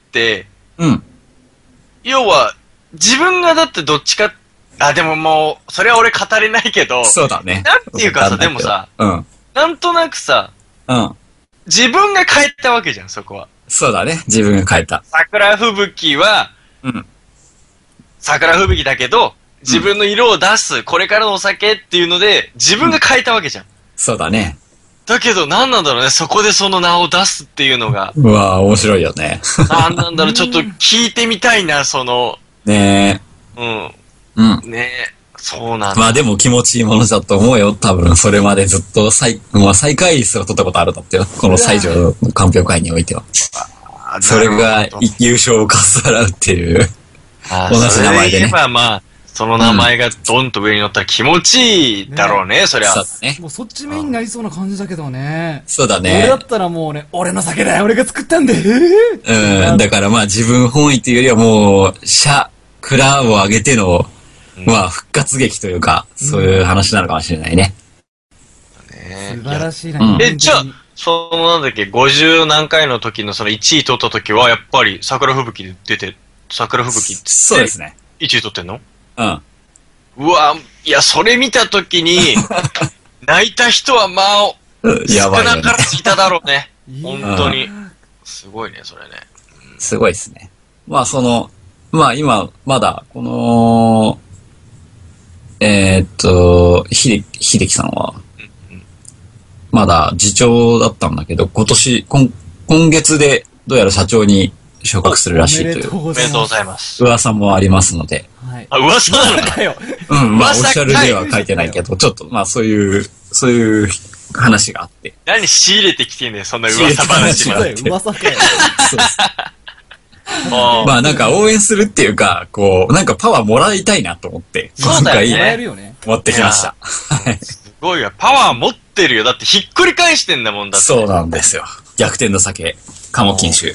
うん。 要は、自分がだってどっちか、あ、でももう、それは俺語れないけど、 そうだね。 なんていうかさ、でもさ、 うん。 なんとなくさ、 うん。 自分が変えたわけじゃん、そこは。 そうだね。自分が変えた。 桜吹雪は、 うん。 桜吹雪だけど、自分の色を出す、うん、これからのお酒っていうので、自分が変えたわけじゃん。うん、 そうだね。 だけど、何なんだろうね、そこでその名を出すっていうのが。 うわぁ、面白いよね。 何なんだろう、ちょっと聞いてみたいな、その。 ねえ。うん。 うん。 ねえ。そうなんだ。 まあでも気持ちいいものだと思うよ。多分、それまでずっと最、まあ最下位数を取ったことあるんだってよ。この西条の鑑評会においては。それが優勝をかっさらうっていう。同じ名前でね。それで言えばまあ、その名前がドンと上に乗ったら気持ちいいだろうね、ねそりゃ。 そうだね。 もうそっちメインになりそうな感じだけどね。 そうだね。 俺だったらもうね、俺の酒だよ、俺が作ったんで。 うん、だからまあ自分本位というよりはもう、社、蔵を上げての、うん、まあ復活劇というか、そういう話なのかもしれないね。 ね素晴らしいな。 うん、 え、じゃあ、そのなんだっけ、ごじゅう何回の時のそのいちい取った時は、やっぱり桜吹雪で出て、桜吹雪って。 そうですね。 いちい取ってんの？ うん。 うわ、いや、それ見たときに、泣いた人はまあ、少なからずいただろうね。本当に。すごいね、それね。 うん、すごいですね。まあ、その、まあ今、まだ、この、えー、っと、ひで、ひできさんは、うんうん、まだ次長だったんだけど、今年、今、今月で、どうやら社長に昇格するらしいという。 おめでとうございます。 噂もありますので。 はい、 あ、噂なのかよ。 うん、まあ、オフィシャルでは書いてないけど、ちょっと、まあ、そういう、そういう話があって。 何仕入れてきてんねん、そんな噂話があって。噂かよ。そうです。 まあ、なんか応援するっていうか、こう、なんかパワーもらいたいなと思って、 そうだよね。 持ってきました。 すごいわ。パワー持ってるよ。だってひっくり返してんだもんだって。 そうなんですよ。逆転の酒、鴨金酒。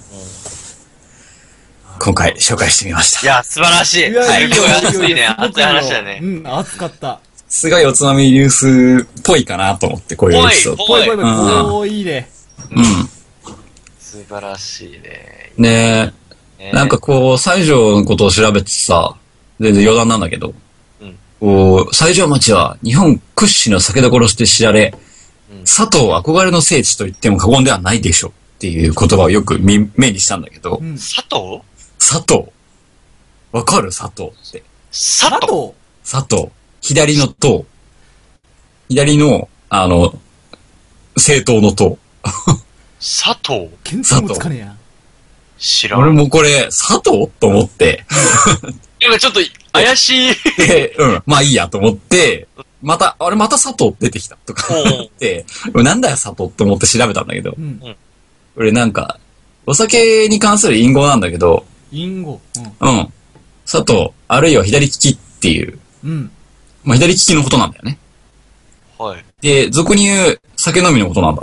今回紹介してみました。 いや、素晴らしい。はい、今日熱いね。熱い話だね。 うん、熱かった。 すごいおつまみニュースっぽいかなと思って、こういうエピソード。 ぽいぽいぽいぽい。おー、いいね。 うん。 素晴らしいね。 ねえ。なんかこう、西条のことを調べてさ、全然余談なんだけど、うん、こう、西条町は日本屈指の酒どころとして知られ、うん、佐藤憧れの聖地と言っても過言ではないでしょっていう言葉をよく目にしたんだけど、 うん、佐藤佐藤。わかる佐藤って。 佐藤佐藤。左の藤。左の、あの、政党の党。 佐藤見当もつかねえや。 知らん。 俺もこれ、佐藤と思って。 なんかちょっと怪しい。 で、うん、まあいいやと思って、また、あれまた佐藤出てきたとか思って、なんだよ佐藤って思って調べたんだけど、うん、俺なんか、お酒に関する隠語なんだけど、 隠語、 うん、うん。佐藤、あるいは左利きっていう、うん。まあ左利きのことなんだよね。 はい。 で、俗に言う酒飲みのことなんだ。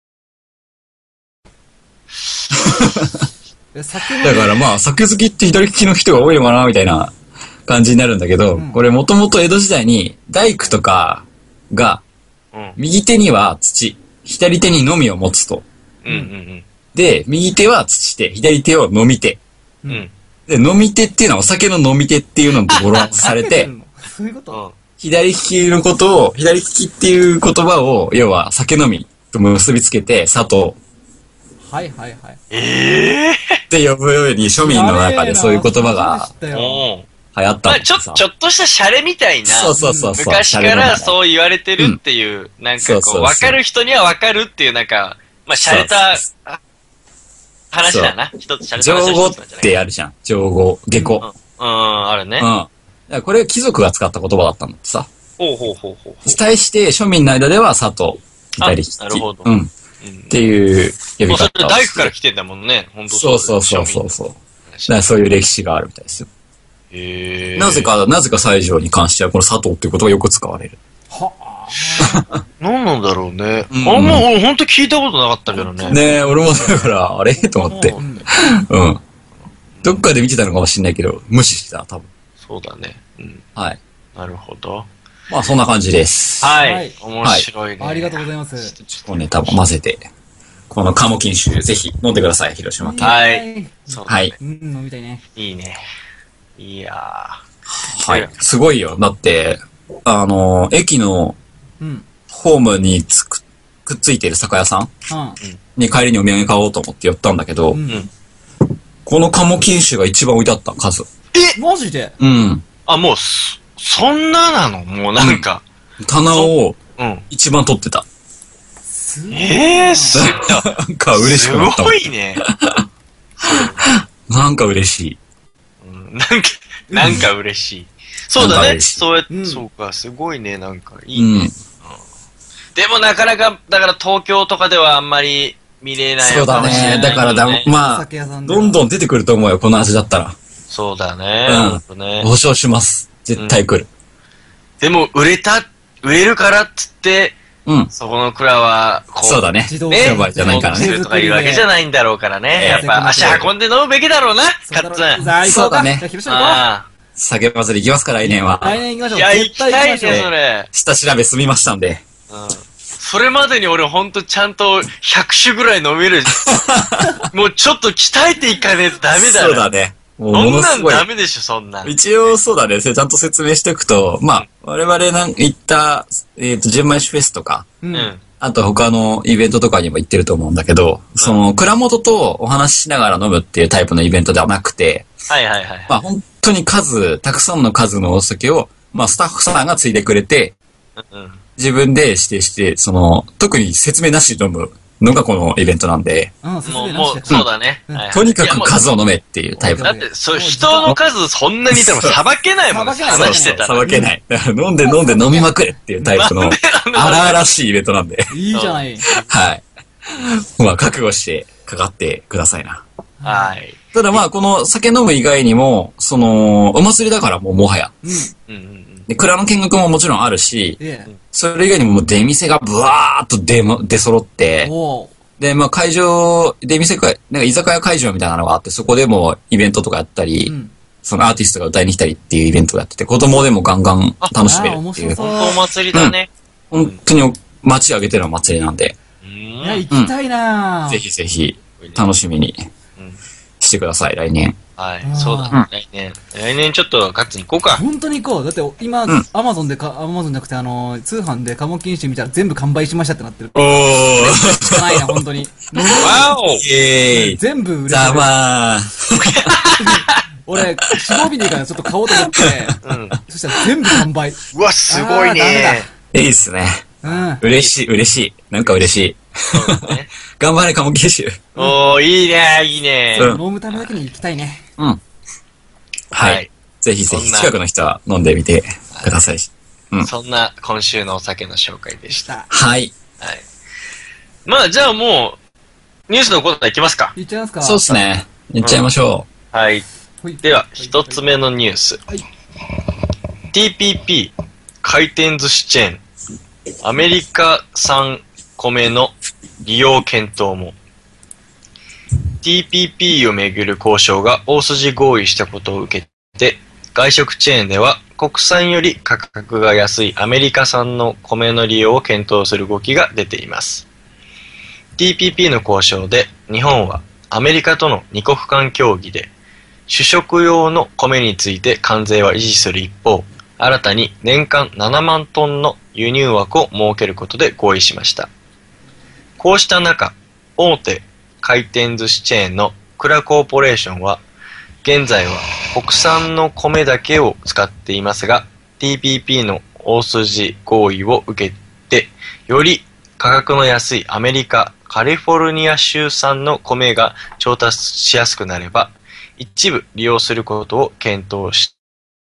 だからまあ、酒好きって左利きの人が多いのかなみたいな感じになるんだけど、うん、これもともと江戸時代に大工とかが、うん、右手には土、左手にのみを持つと。うんうんうん、で、右手は土手、左手を飲み手。うん、で、飲み手っていうのはお酒の飲み手っていうのと語呂合わせされて、 そういうこと、 左利きのことを、左利きっていう言葉を、要は酒飲みと結びつけて、佐藤。 はいはいはい。 ええー、 って呼ぶように庶民の中でそういう言葉が流行ったまあちょ、ちょっとしたシャレみたいな。 そうそうそうそう。 昔からそう言われてるっていう、うん、なんかこう、わかる人にはわかるっていう、なんか、まあ、シャレた話だな。一つシャレた話。 情語ってあるじゃん。情語、下語。 うん、うん、あるね。 うん。これ貴族が使った言葉だったんだってさ。 ほうほうほうほう。 対して庶民の間では佐藤、左利き。 なるほど。 うん。っていう呼び方を。 それ大工から来てんだもんね。本当そうそうそうそうそう。だからそういう歴史があるみたいですよ。 へー。 なぜか、なぜか西条に関してはこの佐藤っていう言葉がよく使われる。 はぁ。何なんだろうね。うん、あんま俺本当聞いたことなかったけどね。 ねえ、俺もだから、あれと思って。うん。どっかで見てたのかもしれないけど、無視してた、多分。 そうだね。うん。 はい。 なるほど。 まあそんな感じです。 はい。面白いね。 ありがとうございます。 ちょっとネタも混ぜて、この鴨金酒ぜひ飲んでください、広島県。 はい。 そうはい。 うん、飲みたいね。 いいね。いやー。はい。すごいよ。だって、あの、駅のホームにつく、くっついてる酒屋さんに帰りにお土産買おうと思って寄ったんだけど、うん、この鴨金酒が一番置いてあった数。 えマジでうん。 あ、もう、そんななのもうなんか。 うん、棚を一番取ってた。 うん、えー、すごい。 なんか嬉しくなった。 すごいね。 なんか嬉しい。 うん、なんか、なんか嬉しい。そうだね。そうやって、うん、そうか、すごいね、なんかいいね。うんうん、でもなかなか、だから東京とかではあんまり見れないのかもしれない、ね。そうだね。だからだ、まあ、どんどん出てくると思うよ、この味だったら。 そうだね。 うん。ね、保証します。絶対来る。 うん、でも、売れた、売れるからっつって、うん。そこの蔵は、 こう。そうだね。 自動ね。じゃないからね。 とかいうわけじゃないんだろうからね。やっぱ足運んで飲むべきだろうな、カッツン。 そうだね。酒祭り行きますか、来年は。 来年行きましょう。 いや、行きたいね、それ。 下調べ済みましたんで。 うん。それまでに俺ほんとちゃんとひゃくしゅぐらい飲める。もうちょっと鍛えていかねえとダメだよ。 そうだね。 もうものすごい。そんなんダメでしょ、そんな。 一応そうだね。それちゃんと説明しておくと、まあ、我々なん行った、えっと、純米酒フェスとか、うん。あと他のイベントとかにも行ってると思うんだけど、うん、その、蔵元とお話ししながら飲むっていうタイプのイベントではなくて、 はいはいはい。 まあ本当に数、たくさんの数のお酒を、まあスタッフさんがついでくれて、うん、自分で指定して、その、特に説明なしで飲むのがこのイベントなんで。 うん、説明なしで。 もう、 もう、そうだね。 うんはいはい、とにかく数を飲めっていうタイプ。 だって、そう、人の数そんなにいたらさばけないもんね。話してたら。 さばけない。だから飲んで飲んで飲みまくれっていうタイプの、荒々しいイベントなんで。 いいじゃない。 はい。まあ、覚悟してかかってくださいな。 はい。 ただまあ、この酒飲む以外にも、その、お祭りだからもうもはや。うん。で、蔵の見学ももちろんあるし、それ以外にももう出店がブワーっと出も、出揃って、で、まあ会場、出店会、なんか居酒屋会場みたいなのがあって、そこでもイベントとかやったり、うん、そのアーティストが歌いに来たりっていうイベントをやってて、子供でもガンガン楽しめるっていう。 本当お祭りだね。 うん、本当に街上げてるお祭りなんで。 いや、行きたいな、 うん、ぜひぜひ、楽しみにしてください、来年。 はい、そうだ、ね、来年。来年ちょっとガッツに行こうか。 本当に行こう。だって今、アマゾンでか、アマゾンじゃなくて、あの、通販で鴨金酒見たら全部完売しましたってなってる。 おー。 しかないな、本当に。 わおイェーイ全部売れてる。 ざまー。 俺、よん、ごびでいいからちょっと買おうと思って、うん、そしたら全部完売。 うわ、すごいね。 いいっすね。うん。嬉しい、嬉しい。なんか嬉しい。 そうね。 頑張れ、鴨九州。 おー、いいね、いいね。 うん飲むためだけに行きたいね。 うん。ははいい。ぜひぜひ、 そんな近くの人は飲んでみてください。うん。 そんな今週のお酒の紹介でし。 したた。 はい。 はい。まあ、じゃあもう、ニュースのコーナーいきますか。 行っちゃいますか。 そうっすね。言っちゃいましょはい。 ほい。 では、一つ目のニュース。 はい。 ティーピーピー 回転寿司チェーン。アメリカ産米の利用検討も。ティーピーピー をめぐる交渉が大筋合意したことを受けて、外食チェーンでは国産より価格が安いアメリカ産の米の利用を検討する動きが出ています。ティーピーピー の交渉で日本はアメリカとの二国間協議で主食用の米について関税は維持する一方、新たに年間ななまんトンの輸入枠を設けることで合意しました。こうした中、大手回転寿司チェーンのクラコーポレーションは、現在は国産の米だけを使っていますが、ティーピーピー の大筋合意を受けて、より価格の安いアメリカ、カリフォルニア州産の米が調達しやすくなれば、一部利用することを検討し、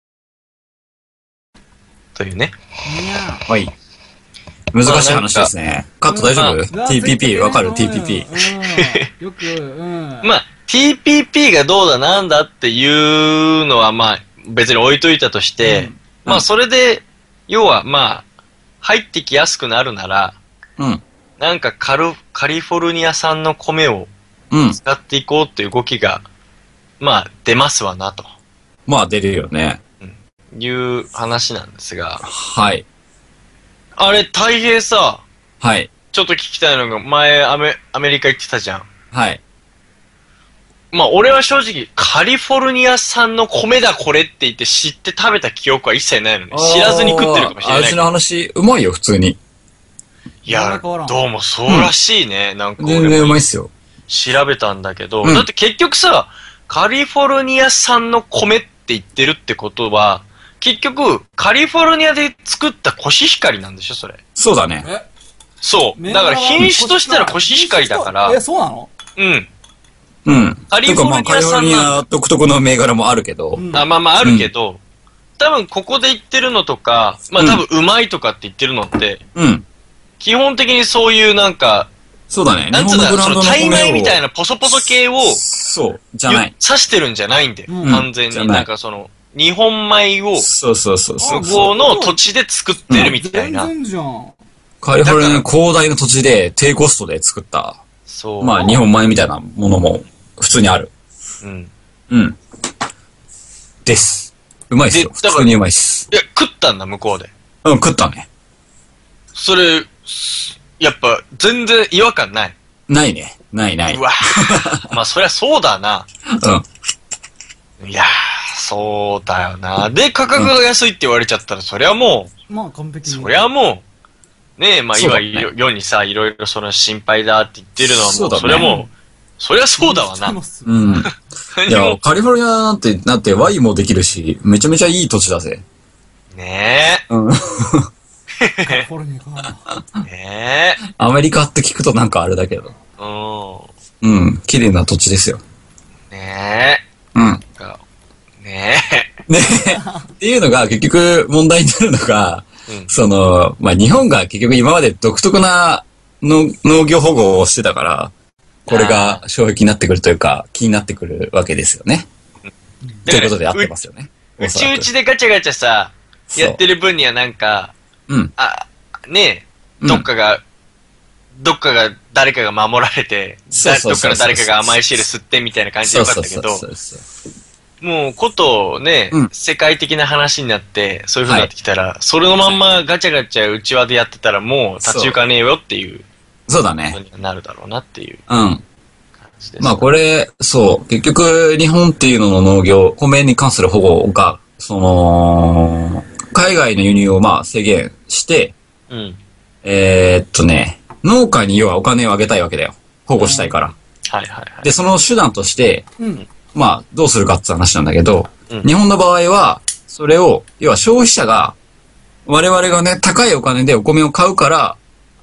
というね。 いやう。はい。難しい話ですね。カット大丈夫？ ティーピーピー わかる？ ティーピーピー。 うん。よく、うん。 まあ、ティーピーピー がどうだなんだっていうのはまあ別に置いといたとして、 うんまあそれで、要はまあ、入ってきやすくなるなら、 うん。 なんかカルカリフォルニア産の米をうん。 使っていこうっていう動きが、まあ出ますわなとまあ出るよね。 いう話なんですが、 はい。 あれ大平さ、 はい。 ちょっと聞きたいのが前アメアメリカ行ってたじゃん。 はい。 まあ俺は正直カリフォルニア産の米だこれって言って知って食べた記憶は一切ないのね。知らずに食ってるかもしれないけど。 味の話、うまいよ、普通に。 いや、 変わらんどうもそうらしいね。なんか全然俺もうまいっすよ。 調べたんだけど、 うんだって結局さ、カリフォルニア産の米って言ってるってことは、結局、カリフォルニアで作ったコシヒカリなんでしょ、それ。 そうだね。 え、 そう。だから品種としたらコシヒカリだから、 え、そうなの？ うん。 うん。 カリフォルニアとかまあ、カリフォルニア独特の銘柄もあるけど、 うんあ、まあまああるけど、多分ここで言ってるのとか、まあ多分うまいとかって言ってるのって、 うん。 基本的にそういうなんか、 そうだね。 なんつうんだろう、その日本のブランドのタイ米米をみたいなポソポソ系を、 そう、じゃない。 指してるんじゃないんだよ。 うん完全に。 じゃないなんかその、日本米を、 そうそうそうそう向こうの土地で作ってるみたいな。 全然じゃん。 カリフォルニアの広大な土地で低コストで作った、 そう。 まあ日本米みたいなものも普通にある。 うん。 うん。です。うまいっすよ。 でだから普通にうまいっす。 いや、食ったんだ、向こうで。 うん、食ったね。 それ、すやっぱ、全然違和感ない。 ないね。ないないうわまあ、そりゃそうだな。 うん。 いやー、そうだよな。で、価格が安いって言われちゃったら、そりゃもまあ完璧う、 に。 そりゃもう、ねえ、まあ今、 そうだね世世にさ、いろいろその心配だって言ってるのはもう、 そうだねそりゃもう、そりゃそうだわな。 うん。いや何も、 カリフォルニアなんて、だってワインもできるし、めちゃめちゃいい土地だぜ。 ねうん。 カリフォルニアか。 え、ねアメリカって聞くとなんかあれだけど。 え、ううん。綺麗な土地ですよ。 ん。ねうん。 え、なんかねねっていうのが結局問題になるのが、 え、うん。 その、まあ、日本が結局今まで独特な農農業保護をしてたから、これが障壁になってくるというか、気になってくるわけですよね。ということで合ってますよね。 うちうちでガチャガチャさ、 そうやってる分にはなんか、 うん。 あ、ねえ、 うんどっかが、どっかが、誰かが守られて、 そうそうそうそうだどっかの誰かが甘い汁吸ってみたいな感じでよかったけど、 そうそうそうもうことね、 うん世界的な話になって、そういう風になってきたら、それのまんまガチャガチャ内輪でやってたらもう立ち行かねえよっていうそうだね。 ことにはなるだろうなっていううん。 感じです。 まあこれ、そう、結局日本っていうのの農業、米に関する保護が、その、海外の輸入をまあ制限して、 うん。 えーっとね、農家に要はお金をあげたいわけだよ。保護したいから。 はいはいはい。 で、その手段として、 うん。 まあ、どうするかって話なんだけど、 うん日本の場合は、それを、要は消費者が、我々がね、高いお金でお米を買うから、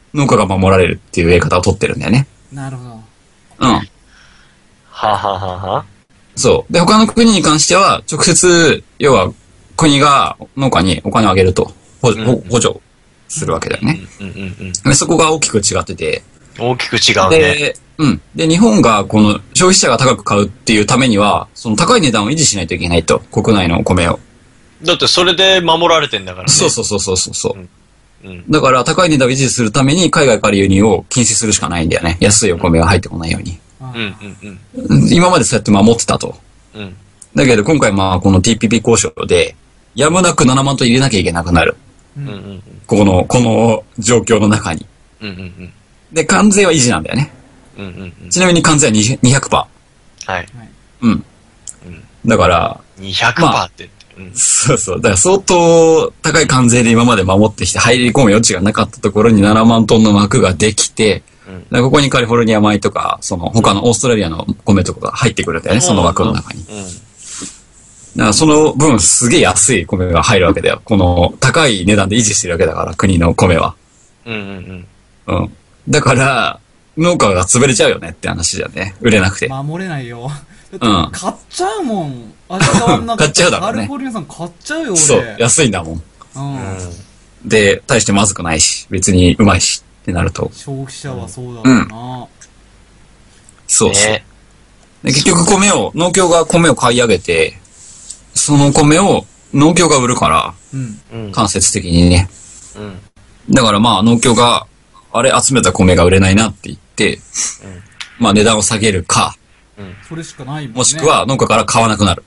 農家が守られるっていうやり方を取ってるんだよね。 なるほど。 うん。 はあ、はあはあはあ、 そう。で、他の国に関しては、直接、要は、国が農家にお金をあげると、補助するわけだよね。でそこが大きく違ってて。 大きく違うね。 で、うん。で、日本がこの消費者が高く買うっていうためには、その高い値段を維持しないといけないと、国内のお米を。 だってそれで守られてんだからね。 そうそうそうそうそう。 うんうん、 だから高い値段を維持するために海外から輸入を禁止するしかないんだよね。安いお米が入ってこないように。 うんうんうん、 今までそうやって守ってたと。 うん、 だけど今回まあこの ティーピーピー 交渉で、やむなくななまんトン入れなきゃいけなくなる。 うんうんうん、 ここの、この状況の中に。 うんうんうん、 で、関税は維持なんだよね。 うんうんうん、 ちなみに関税は にひゃくパーセント。 はい。 うん。だから、 にひゃくパーセント って、まあうん。そうそう。だから相当高い関税で今まで守ってきて入り込む余地がなかったところにななまんトンの枠ができて、うん、ここにカリフォルニア米とか、その他のオーストラリアの米とかが入ってくるんだよね、うん、その枠の中に。うんうん、だからその分すげえ安い米が入るわけだよ。この高い値段で維持してるわけだから、国の米は。 うんうんうん。 うん。だから、農家が潰れちゃうよねって話だよね。売れなくて。 守れないよ。 うん。 買っちゃうもん。味変わんなくて。 買っちゃうだろうね。 カリフォルニアさん買っちゃうよ、俺。 そう。安いんだもん。 うん。 で、大してまずくないし、別にうまいしってなると。 消費者はそうだろうな。うん、 そうそう。ね、で結局米を、農協が米を買い上げて、その米を農協が売るから、うん、間接的にね。うん、だからまあ農協が、あれ集めた米が売れないなって言って、うん、まあ値段を下げるか、 うん、それしかないもんね。 もしくは農家から買わなくなる。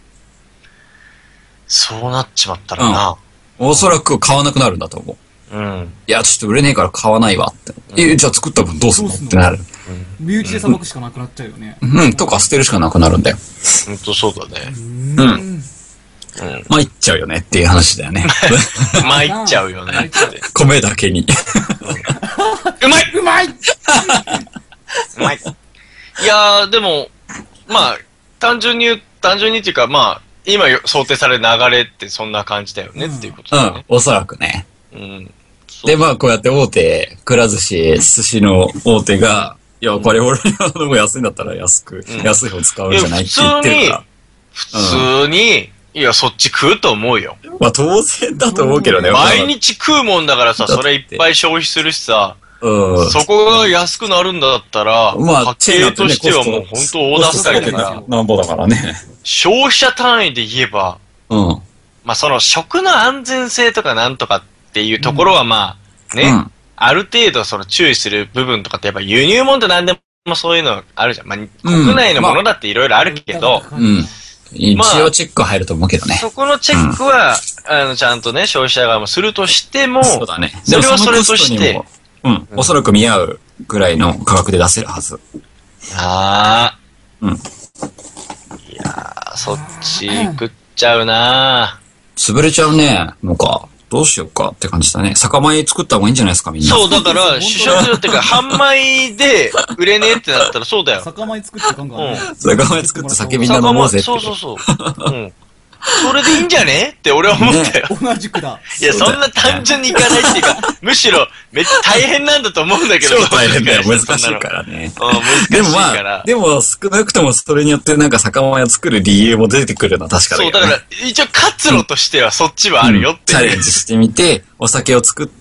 そうなっちまったらな。 うん、おそらく買わなくなるんだと思う。うん。いや、ちょっと売れねえから買わないわって。うん、え、じゃあ作った分どうすんのってなる。 うん、身内でさばくしかなくなっちゃうよね。 うん、とか捨てるしかなくなるんだよ。 ほんとそうだね。 うん。うんうん、参っちゃうよねっていう話だよね。 参っちゃうよねって。 米だけに。 うまいうまいうまいいやー、でも、まあ、単純に言う、単純にっていうか、まあ、今想定される流れってそんな感じだよね、うん、っていうことだね。 うん、おそらくね。 うん。 で、まあ、こうやって大手、くら寿司、寿司の大手が、いや、カリフォルニアの方が安いんだったら安く、うん、安い方使うんじゃないって言ってるから。 普通に、うんいや、そっち食うと思うよ。 まあ当然だと思うけどね。 毎日食うもんだからさ、それいっぱい消費するしさ、うん、そこが安くなるんだったら、まあ、家計としてはもう本当大助かりだから。 なんぼだからね。 消費者単位で言えば、うん。まあその食の安全性とかなんとかっていうところはまあ、ね、うん、ある程度その注意する部分とかってやっぱ輸入物って何でもそういうのあるじゃん。まあ、国内のものだっていろいろあるけど、 うん。うん一応チェック入ると思うけどね。 そこのチェックは、うん、あの、ちゃんとね、消費者側もするとしても、 そうだね。 それはそれとして、 うん、おそらく見合うぐらいの価格で出せるはず。 ああ。 うん。いやー、そっち食っちゃうなー。潰れちゃうね。のか。どうしようかって感じだね。酒米作った方がいいんじゃないですか、みんな。 そう、だから、主食っていうか、半米で売れねえってなったらそうだよ。 酒米作ってかんかね。 酒米作って酒みんな飲もうぜって。 そうそうそう。うん。それでいいんじゃねって俺は思ったよ。 同じくだ。 いや、そんな単純にいかないっていうか、むしろ、めっちゃ大変なんだと思うんだけど。 超大変だよ。難しいからね。 うん、難しいから。 でもまあ、でも少なくともそれによってなんか酒米を作る理由も出てくるのは確かだけど、ね。そう、だから、一応活路としてはそっちはあるよって、 うんうん。チャレンジしてみて、お酒を作って、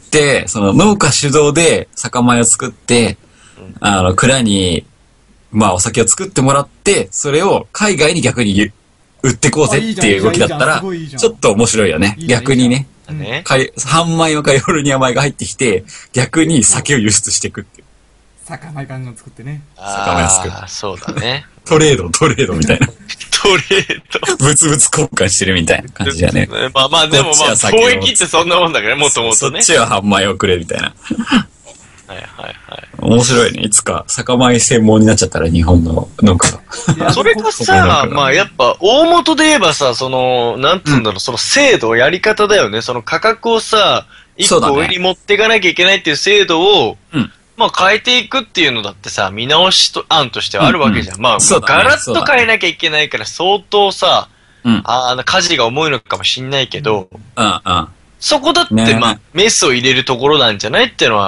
その農家主導で酒米を作って、うん、あの、蔵に、まあお酒を作ってもらって、それを海外に逆に売ってこうぜっていう動きだったら、ちょっと面白いよね。逆にね。半米はカリフォルニア米が入ってきて、逆に酒を輸出していくっていう。 酒米ガンガン作ってね。 酒米作る。 ああ、そうだね。 トレード、トレードみたいな。 トレード。 物々交換してるみたいな感じだね。 まあまあ、でもまあ、貿易ってそんなもんだからね、もともとね。 そっちは半米をくれみたいな。 はいはいはい。 面白いね。いつか酒米専門になっちゃったら日本の農家が。それかさ、まあやっぱ大元で言えばさ、その、なんつうんだろう、うん、その制度、やり方だよね。その価格をさ、一個上に持っていかなきゃいけないっていう制度を、うん、まあ変えていくっていうのだってさ、見直しと案としてはあるわけじゃん。うんうん、まあ、ね、ガラッと変えなきゃいけないから相当さ、うん、ああの、舵が重いのかもしんないけど、 うんうん、 そこだって、ね、まあ、メスを入れるところなんじゃないっていうのは、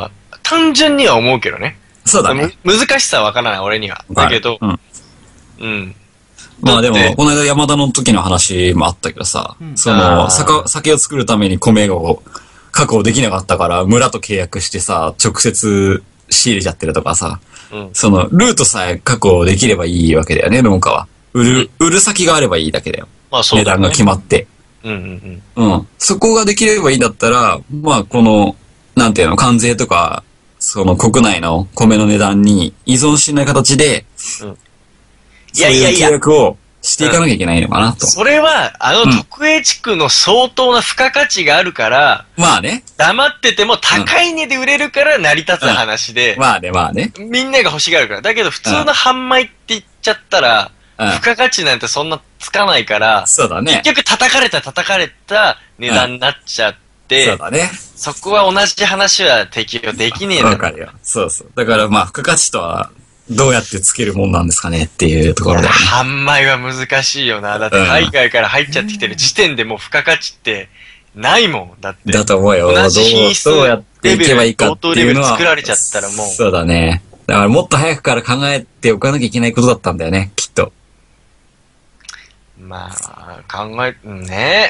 単純には思うけどね。 そうだね。 む難しさはわからない、俺には。だけど、 うん。 うん。 まあでも、この間山田の時の話もあったけどさ、 うん、 その、酒、酒を作るために米を確保できなかったから、村と契約してさ、直接仕入れちゃってるとかさ、うん、その、ルートさえ確保できればいいわけだよね、農家は。売る、売る先があればいいだけだよ。まあそうだね。値段が決まって。うんうんうん。うん。そこができればいいんだったら、まあこの、なんていうの、関税とか、その国内の米の値段に依存しない形で、うん、いやいやいや。そういう契約をしていかなきゃいけないのかなと。 うん、それは、あの特営地区の相当な付加価値があるから、 うん、まあね。 黙ってても高い値で売れるから成り立つ話で、 うん、まあね、まあね。 みんなが欲しがるから。だけど普通の販売って言っちゃったら、うん、付加価値なんてそんなつかないから、 そうだね。 結局叩かれた叩かれた値段になっちゃって、 うん、そうだね。 そこは同じ話は適用できねえんだ。 わかるよ。そうそう。だからまあ、付加価値とは、どうやってつけるもんなんですかねっていうところだよね。 販売は難しいよな。だって海外から入っちゃってきてる時点でもう付加価値ってないもん。だって。 だと思うよ。 同じ品質どうやっていけばいいかっていうのは。 作られちゃったらもう。 そうだね。だからもっと早くから考えておかなきゃいけないことだったんだよね、きっと。 まあ、考え、ね。ね。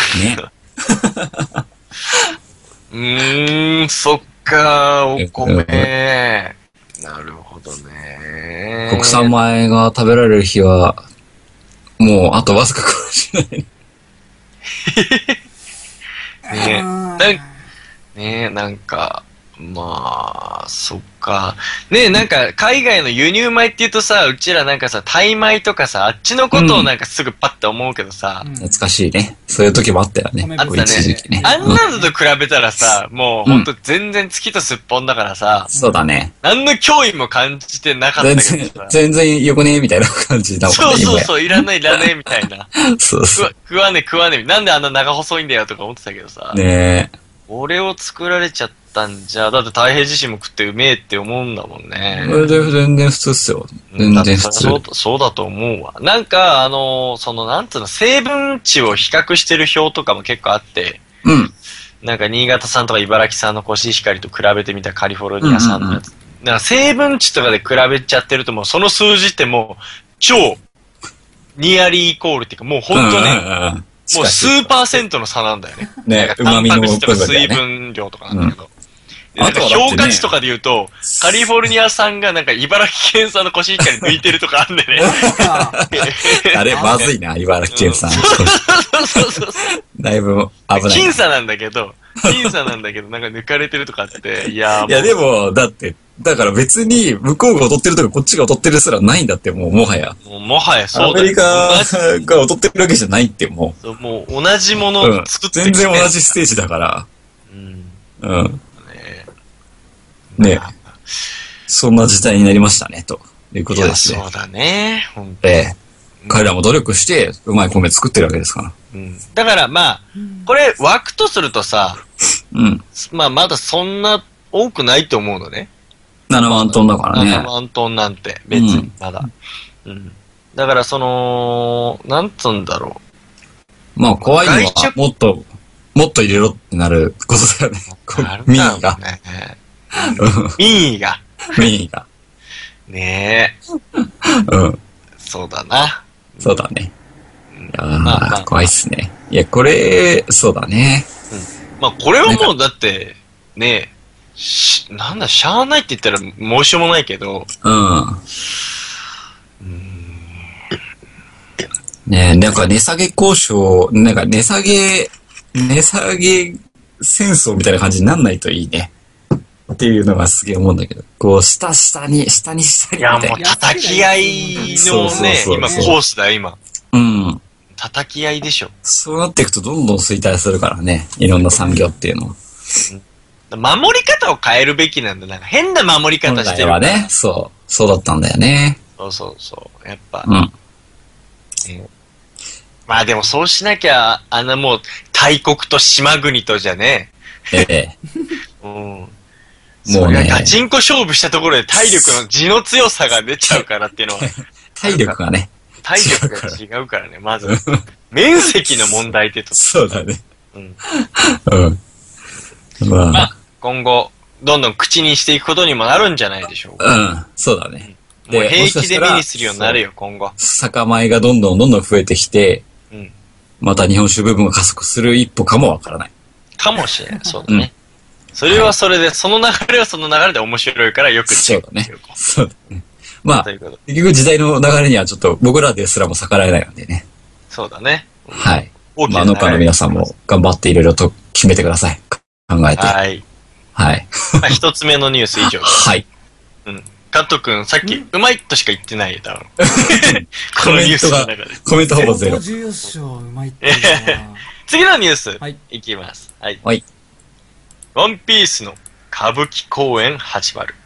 うーん、そっか、お米。なるほどね。 国産米が食べられる日は、もうあとわずかかもしれない。 ねえ、なんねえ、なんか、まあ、そっか。ねえ、なんか、海外の輸入米って言うとさ、うちらなんかさ、タイ米とかさ、あっちのことをなんかすぐパッて思うけどさ。 うん、懐かしいね。そういう時もあったよね。 あったね。ねあんなのと比べたらさ、もうほんと全然月とすっぽんだからさ。 そうだね。 何の脅威も感じてなかったけどさ。全然、 全然よくねえみたいな感じだもんね。 そうそうそう、いらないいらないみたいな。 そうそう。 食わねえ食わねえ。なんであんな長細いんだよとか思ってたけどさ。 ねえ。 俺を作られちゃったんじゃ、だって太平自身も食ってうめえって思うんだもんね。 それで全然普通っすよ。全然普通。 そう、そうだと思うわ。なんか、あのー、その、なんつうの、成分値を比較してる表とかも結構あって、 うん。 なんか、新潟産とか茨城産のコシヒカリと比べてみたカリフォルニア産のやつ。うんうんうん、なんか成分値とかで比べちゃってるともう、その数字ってもう、超、ニアリーイコールっていうか、もうほんとね、うんうんうんもう数パーセントの差なんだよね。 ね、 タンパク質とか水分量とかなんだけど。うん、なんか評価値とかで言うと、カリフォルニア産がなんか茨城県産のコシヒカリ抜いてるとかあんでね。 あれ、まずいな、茨城県産。 そうそうそう。 だいぶ危ない。 僅差なんだけど、僅差なんだけど、なんか抜かれてるとかあって、いやいやでも、だって、だから別に向こうが劣ってるとかこっちが劣ってるすらないんだって、もうもはや。 もうもはやそうだよ。 アメリカが劣ってるわけじゃないってもう。そう、もう同じものを作ってる、うん、全然同じステージだから。うん。うん。ねえ。ねえ。そんな時代になりましたね、ということですね。 そうだね、本当に。ええ。彼らも努力して、うまい米作ってるわけですから。 うん。だからまあ、これ枠とするとさ、 うん。 まあまだそんな多くないと思うのね。 ななまんトンだからね。 ななまんトンなんて、別に、まだ、うん。うん。だからその、なんつうんだろう。まあ怖いのは、もっと、もっと入れろってなることだよね。民意が。民意が。民意が。 ねえ。うん。 そうだな。 そうだね。いやー、まあまあ、怖いっすね。いや、これ、そうだね。 うん。まあこれはもうだって、ねえ、し、なんだ、しゃーないって言ったら申しようもないけど。 うん。うんねえ、なんか値下げ交渉、なんか値下げ、値下げ戦争みたいな感じになんないといいね。っていうのがすげえ思うんだけど。こう、下下に、下に下に。 いや、もう叩き合いのね、今コースだよ、今。 うん。 叩き合いでしょ。 そうなっていくとどんどん衰退するからね。いろんな産業っていうのは。 守り方を変えるべきなんだ。なんか変な守り方してる。 本来はね、そう。そうだったんだよね。 そうそうそう。やっぱ。 うん。 えー、まあでもそうしなきゃ、あのもう、大国と島国とじゃね。 ええ。 うん。もうね。ガチンコ勝負したところで体力の地の強さが出ちゃうからっていうのは。 体力がね。 体力が違うからね、まず。面積の問題ってと。 そうだね。 うん。 うん。まあ、 まあ、今後、 どんどん口にしていくことにもなるんじゃないでしょうか。 うん、そうだね。 もう平気で目にするようになるよ、今後。 酒米がどんどんどんどん増えてきて、うん、また日本酒部分が加速する一歩かもわからない。 かもしれない。そうだね。うん、それはそれで、はい、その流れはその流れで面白いからよくチェックしておこう。 そうだね。そうだね。まあ、結局時代の流れにはちょっと僕らですらも逆らえないのでね。 そうだね。 はい。まあ、農家の皆さんも頑張っていろいろと決めてください。考えて。はい。はい。 まあ、一つ目のニュース以上です。 はい。 うん。カット君、さっき、うまいとしか言ってないよ、多分。このニュースの中で。 コメントほぼゼロ。 重要っしょ、うまいって次のニュース、 はい、 いきます。はい。 はい。 ワンピースの歌舞伎公演始まる。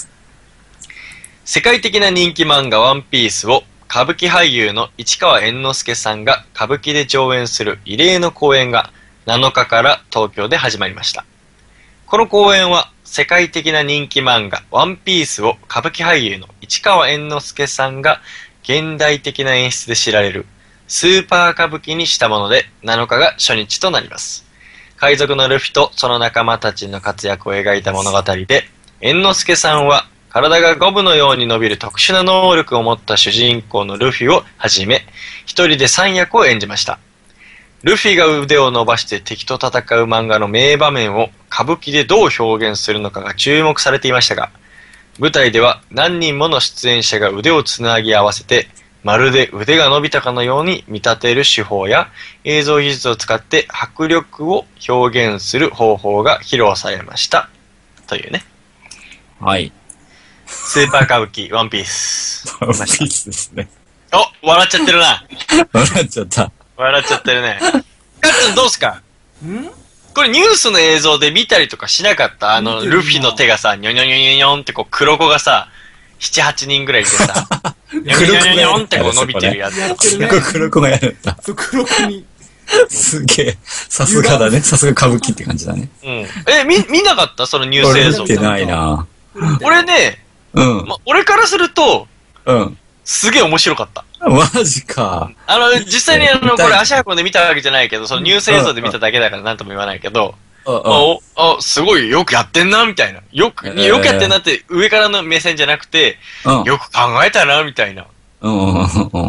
世界的な人気漫画ワンピースを歌舞伎俳優の市川猿之助さんが歌舞伎で上演する異例の公演がなのかから東京で始まりました。この公演は世界的な人気漫画ワンピースを歌舞伎俳優の市川猿之助さんが現代的な演出で知られるスーパー歌舞伎にしたものでなのかが初日となります。海賊のルフィとその仲間たちの活躍を描いた物語で、猿之助さんは体がゴムのように伸びる特殊な能力を持った主人公のルフィをはじめ、一人で三役を演じました。ルフィが腕を伸ばして敵と戦う漫画の名場面を歌舞伎でどう表現するのかが注目されていましたが、舞台では何人もの出演者が腕をつなぎ合わせて、まるで腕が伸びたかのように見立てる手法や映像技術を使って迫力を表現する方法が披露されました。というね。 はい。 スーパー歌舞伎、ワンピース。 ワンピースですね。 お、笑っちゃってるな。 笑っちゃった。 笑っちゃってるね。カッツンどうすか？ ん？ これニュースの映像で見たりとかしなかった？あの、ルフィの手がさ、ニョニョニョニョニョンってこう黒子がさ、七八人ぐらいいてさ、ニョニョニョニョンってこう伸びてるやつ。 やってるね。 黒子がやるんだ。 そう、黒子に。 すげえ。さすがだね。さすが歌舞伎って感じだね。 うん。え、見、見なかったそのニュース映像。 俺見てないな。 俺ね、 うん。 ま、俺からすると、 うん。 すげえ面白かった。 マジか。 あの、実際にあの、これ足運んで見たわけじゃないけど、そのニュース映像で見ただけだからなんとも言わないけど、あ、あ、すごいよくやってんな、みたいな。よく、よくやってんなって上からの目線じゃなくて、よく考えたな、みたいな。 うん。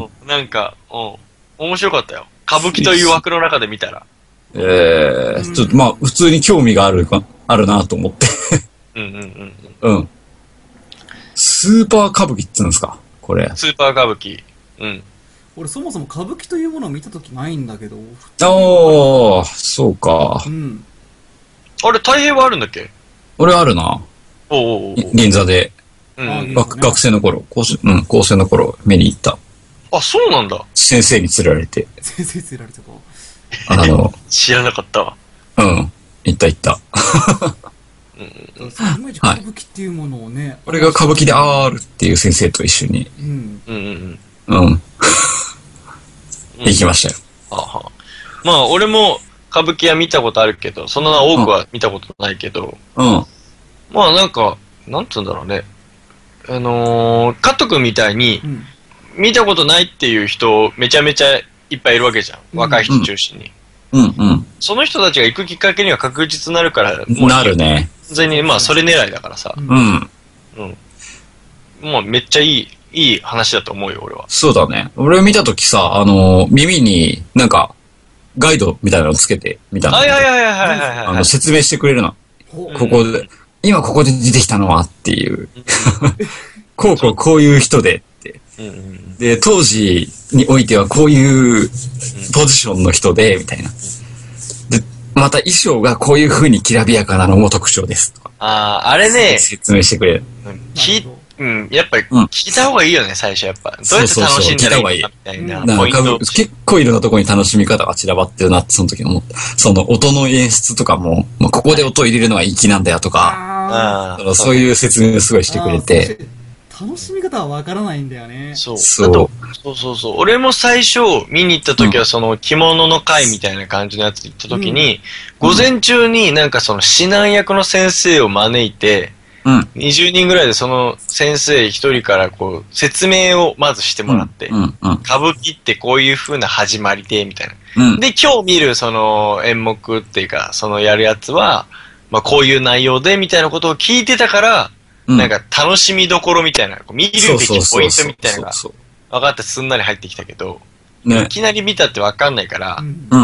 なんか、うん。面白かったよ。歌舞伎という枠の中で見たら。 ええ、ちょっとまあ、普通に興味があるか、あるなと思って。 うんうんうん。 うん。スーパー歌舞伎って言うんですかこれ。 スーパー歌舞伎。うん。 俺そもそも歌舞伎というものを見たときないんだけど。 ああ、そうか。 うん。 あれ、太平はあるんだっけ？ 俺あるな。 おうおうおう。 銀座で。 うん。 学学生の頃、高生、うん、高生の頃見に行った。 あ、そうなんだ。 先生に連れられて。 先生に連れられてか。あの、 知らなかったわ。 うん。行った行った。 うん。いまいち歌舞伎っていうものをね。 俺が歌舞伎で アール っていう先生と一緒に。 うん。 うんうんうん。うん。行きましたよ。 はは。まあ、俺も歌舞伎は見たことあるけど、そんな多くは見たことないけど、 うん。 まあなんか、なんつうんだろうね。あのー、カット君みたいに、見たことないっていう人めちゃめちゃいっぱいいるわけじゃん。若い人中心に。 うんうん。 その人たちが行くきっかけには確実になるから、 もうなるね。 完全にまあそれ狙いだからさ。 うん。 うん。もうめっちゃいい、いい話だと思うよ、俺は。 そうだね。俺見たときさ、あの、耳になんか、ガイドみたいなのつけてみたんだけど。 はいはいはいはいはいはい。 あの、説明してくれるの。ここで、今ここで出てきたのはっていう。こうこうこういう人でって。で、当時においてはこういうポジションの人で、みたいな。で、また衣装がこういう風にきらびやかなのも特徴ですとか。 ああ、あれね。 説明してくれる。 き、うん、やっぱり聞いた方がいいよね、最初やっぱ。どうやって楽しんだらいいかみたいなポイント。 結構いろんなところに楽しみ方が散らばってるなってその時思った。その音の演出とかも、まあ、ここで音を入れるのは粋なんだよとか、そのそういう説明をすごいしてくれて。 楽しみ方はわからないんだよね。 そう。そうそうそうそう。俺も最初見に行った時はその着物の会みたいな感じのやつ行った時に、うん、午前中になんかその指南役の先生を招いて、うん、にじゅうにんぐらいでその先生一人からこう説明をまずしてもらって、うんうんうん、歌舞伎ってこういう風な始まりでみたいな、うん、で今日見るその演目っていうかそのやるやつはまあこういう内容でみたいなことを聞いてたから、うん、なんか楽しみどころみたいな、見るべきポイントみたいなのが分かってすんなり入ってきたけど、ね、いきなり見たって分かんないから、うん、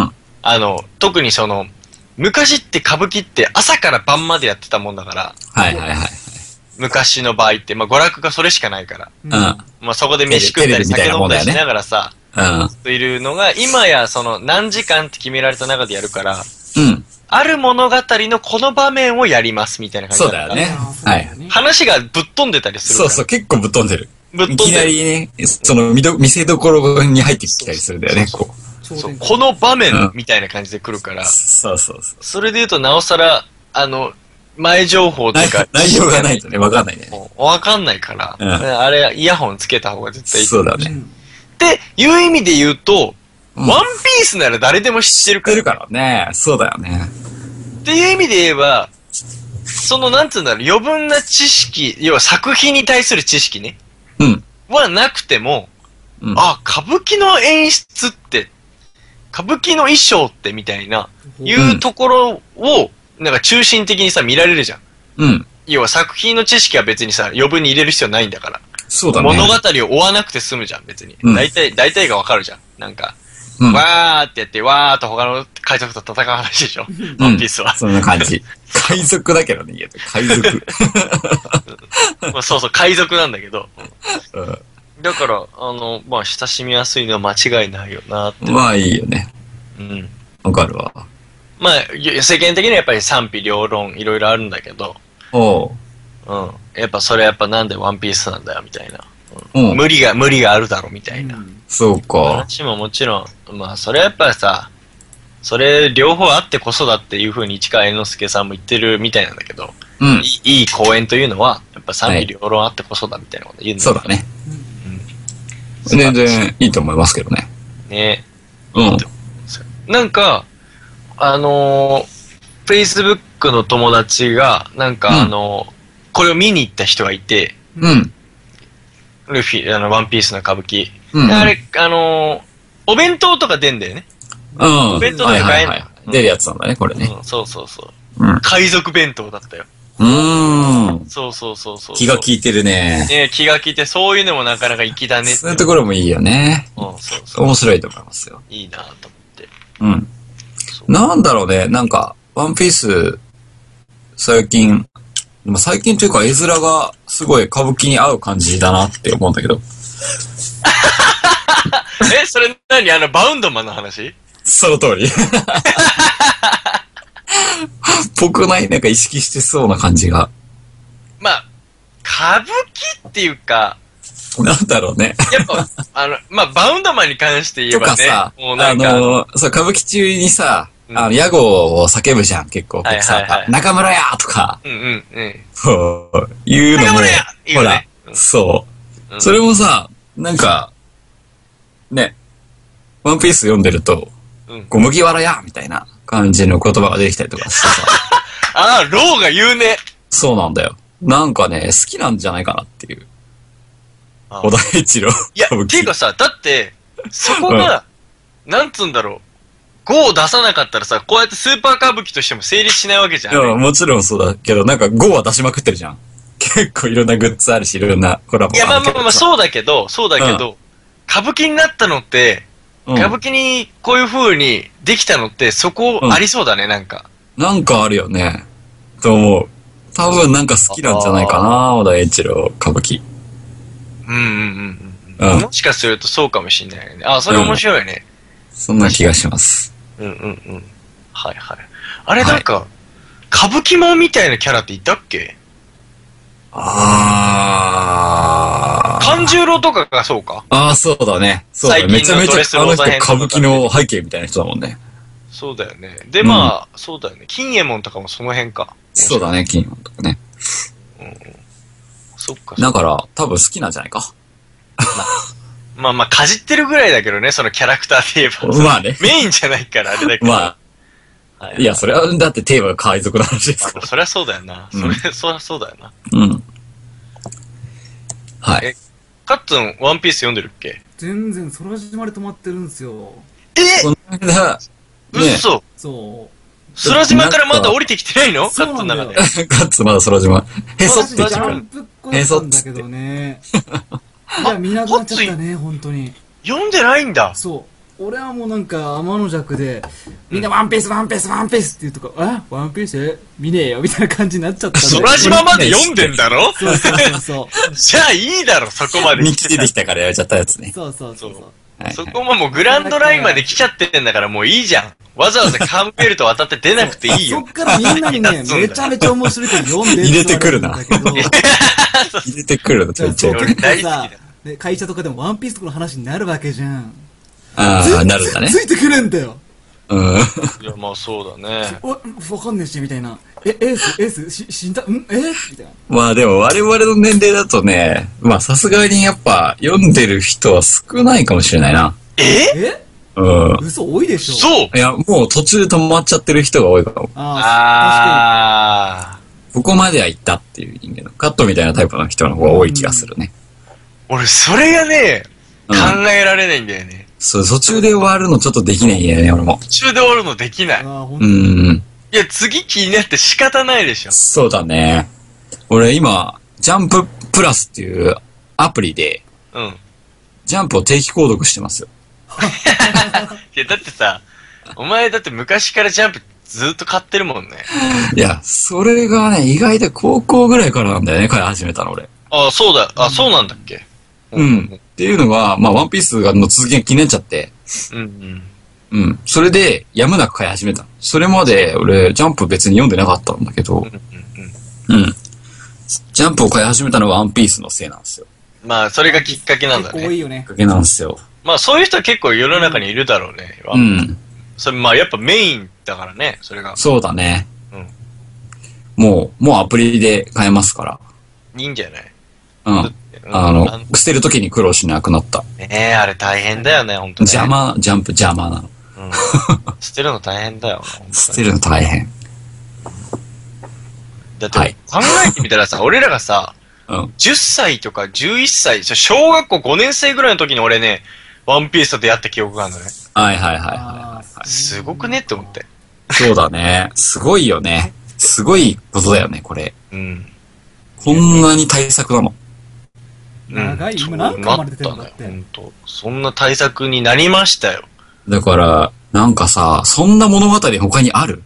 あの、特にその、昔って歌舞伎って朝から晩までやってたもんだから、 はいはいはい。 昔の場合って、まあ娯楽がそれしかないから、 うん、 まあそこで飯食ったり酒飲んだりしながらさ、 うん、 いるのが、今やその何時間って決められた中でやるから、 うん、 ある物語のこの場面をやりますみたいな感じそうだよね。はい。 話がぶっ飛んでたりするから。 そうそう、結構ぶっ飛んでる。 ぶっ飛んでる。 いきなりね、その見ど見せどころに入ってきたりするんだよね、こう。 そう、この場面みたいな感じで来るから、うん、 そうそうそう。 それで言うとなおさら、あの、前情報っていうか、 内容がないとね、わかんないね。 わかんないから、うん、あれ、イヤホンつけた方が絶対いい。 そうだね。 っていう意味で言うと、うん、ワンピースなら誰でも知ってるから。 知ってるからね。そうだよね。 っていう意味で言えば、その、なんつうんだろう、余分な知識、要は作品に対する知識ね。 うん。 はなくても、 うん、 あ、歌舞伎の演出って、歌舞伎の衣装ってみたいな、いうところを、なんか中心的にさ、見られるじゃん。 うん。 要は作品の知識は別にさ、余分に入れる必要ないんだから。 そうだね。 物語を追わなくて済むじゃん、別に。 うん、 大体、大体がわかるじゃん。なんか、 うん、 わーってやって、わーっと他の海賊と戦う話でしょ、ワンピースは。 そんな感じ。海賊だけどね、いや、海賊。 まあそうそう、海賊なんだけど。 うん、 だから、あの、まあ、親しみやすいのは間違いないよなって。 まあいいよね。 うん。 わかるわ。 まあ、世間的にはやっぱり賛否両論いろいろあるんだけど。 おう。 うん。やっぱそれやっぱなんでワンピースなんだよみたいな。うん、無理が、無理があるだろみたいな。うん、 そうか。 話ももちろん、まあそれはやっぱりさ、それ両方あってこそだっていう風に市川猿之助さんも言ってるみたいなんだけど、 うん、 いいい公演というのは、やっぱ賛否両論あってこそだみたいなこと言うんだけど、 そうだね。うん。全然いいと思いますけどね。 ねうん。 なんか、あのー、Facebook の友達が、なんかあのーうん、これを見に行った人がいて、 うん。 ルフィ、あの、ワンピースの歌舞伎。 うん、 あれ、あのー、お弁当とか出んだよね。 うん。 お弁当とか買えんの、はいはいはい、出るやつなんだね、これね。 うん、そうそうそう。 うん。 海賊弁当だったよ。 うーん。 そうそうそうそう。 気が利いてるね。 ね気が利いて、そういうのもなかなか粋だねって。 そういうところもいいよね。 うん、そうそう。 面白いと思いますよ。 いいなと思って。 うん。なんだろうね、なんか、ワンピース、最近、最近というか絵面がすごい歌舞伎に合う感じだなって思うんだけど。 え、それ何あの、バウンドマンの話？ その通り。僕ないなんか意識してそうな感じが。 まあ、歌舞伎っていうか、 なんだろうね。 やっぱ、あの、まあ、バウンドマンに関して言えばね。 とかさ、 もうなんかあの、そう、歌舞伎中にさ、うん、あの、屋号を叫ぶじゃん、結構、お客さんが。中村屋とか。 うんうんうん。 そう、いうのも、ほら、そう、うん。それもさ、なんか、ね、ワンピース読んでると、うん、こう、麦わらやみたいな感じの言葉が出てきたりとかしてさ。 ああ、ローが言うね。 そうなんだよ。なんかね、好きなんじゃないかなっていう。小田栄一郎。 いや、っていうかさ、だって、そこが、うん、なんつうんだろう。ごを出さなかったらさ、こうやってスーパー歌舞伎としても成立しないわけじゃん。 いや、もちろんそうだけど、なんかごは出しまくってるじゃん。結構いろんなグッズあるし、いろんなコラボある。いや、まあまあまあ、そうだけど、そうだけど、うん、歌舞伎になったのって、うん、歌舞伎にこういう風にできたのって、そこありそうだね、うん、なんか。 なんかあるよね。と思う。多分なんか好きなんじゃないかな、小田栄一郎歌舞伎。 うんうんうんうん。うん、もしかするとそうかもしれないよね。あ、それ面白いね。 うん、そんな気がします。 うんうんうん。はいはい。あれなんか、はい、歌舞伎もんみたいなキャラっていたっけ？ あー。 勘十郎とかがそうか？ ああ、そうだね。そうだね。めちゃめちゃあの人歌舞伎の背景みたいな人だもんね。 そうだよね。で、まあ、うん、そうだよね。金右衛門とかもその辺か。 そうだね、金右衛門とかね。 うん。そっか。 だから、多分好きなんじゃないか。 まあまあ、かじってるぐらいだけどね、そのキャラクターで言えば。 まあね。 メインじゃないから、あれだけど。 まあ。はい、いや、それは、だってテーマが海賊の話ですから。 そりゃそうだよな。それ、うん、そりゃそうだよな。 うん。はい。 え、カッツン、ワンピース読んでるっけ？ 全然、空島で止まってるんですよ。 えこの間、 嘘、 そう。 空島からまだ降りてきてないの？カそうッツなんだよの中で。 ガッツまだ空島。へそってジ言ってくる。 ャンプっ子だったんだけどね。いや、見なくなっちゃったね、本当に。 読んでないんだ。 そう。俺はもうなんか天の弱で、みんなワンピースワンピースワンピースって言うとか、あワンピース見ねえよみたいな感じになっちゃったんで。 空島まで読んでんだろ？ そうそうそうそう。 じゃあいいだろ、そこまで人気出てきたからやめちゃったやつね。 そうそうそうそう。 はいはいそこももうグランドラインまで来ちゃってんだからもういいじゃん。わざわざカンベルト渡って出なくていいよそっ。からみんなにね、めちゃめちゃ面白いけど読んでって入れてくるな言われるんだけど入れてくるの、ちょいちょい。 俺大好きださ、ね会社とかでもワンピースとかの話になるわけじゃん。 ああ、なるんだねつ。いてくるんだよ。 うん。 いや、まあそうだね。 お、わかんねえし、みたいな。え、エース、エース、し、死んだ、んえみたいな。 まあでも我々の年齢だとね、まあさすがにやっぱ読んでる人は少ないかもしれないな。 ええうん。 嘘多いでしょ。 そういや、もう途中で止まっちゃってる人が多いかも。 ああここまでは行ったっていう人間の、カットみたいなタイプの人の方が多い気がするね。 ー。俺、それがね、 うん考えられないんだよね。 そう、途中で終わるのちょっとできないんだよね、俺も。 途中で終わるのできない。 確かに。あーほんうとん。 いや、次気になって仕方ないでしょ。 そうだね。俺今、ジャンププラスっていうアプリで、 うん。 ジャンプを定期購読してますよ。 いや、だってさ、お前だって昔からジャンプずっと買ってるもんね。 いや、それがね、意外と高校ぐらいからなんだよね、買い始めたの俺。 ああ、そうだ。あ、そうなんだっけ。 うん。っていうのが、まあ、ワンピースの続きが気になっちゃって、 うんうん。 うん。それで、やむなく買い始めた。それまで、俺、ジャンプ別に読んでなかったんだけど、 うんうんうん。 うん。ジャンプを買い始めたのはワンピースのせいなんですよ。 まあ、それがきっかけなんだね。 結構多いよねきっ。かけなんですよ。 まあ、そういう人は結構世の中にいるだろうね。 うん。 それ、まあ、やっぱメインだからね、それが。 そうだね。 うん。 もう、もうアプリで買えますかいいんじゃないら。うん。 うんあのなん、 捨てるときに苦労しなくなった。 ねえ、あれ大変だよね、ほんとね。 邪魔、ジャンプ邪魔なの。 うん。捨てるの大変だよ。ほんとに捨てるの大変。 だって、 はい考えてみたらさ、俺らがさ、 うん。 じゅっさいとかじゅういっさい、小学校ごねん生ぐらいの時に俺ね、ワンピースと出会った記憶があるのね。 はいはいはいはあーすごくねって思って。 い。そうだね。すごいよね。すごいことだよね、これ。 うん。 こんなに対策なの。 長い今何巻まで出てるんだってほんと。そんな対策になりましたよ。 だから、なんかさ、そんな物語他にある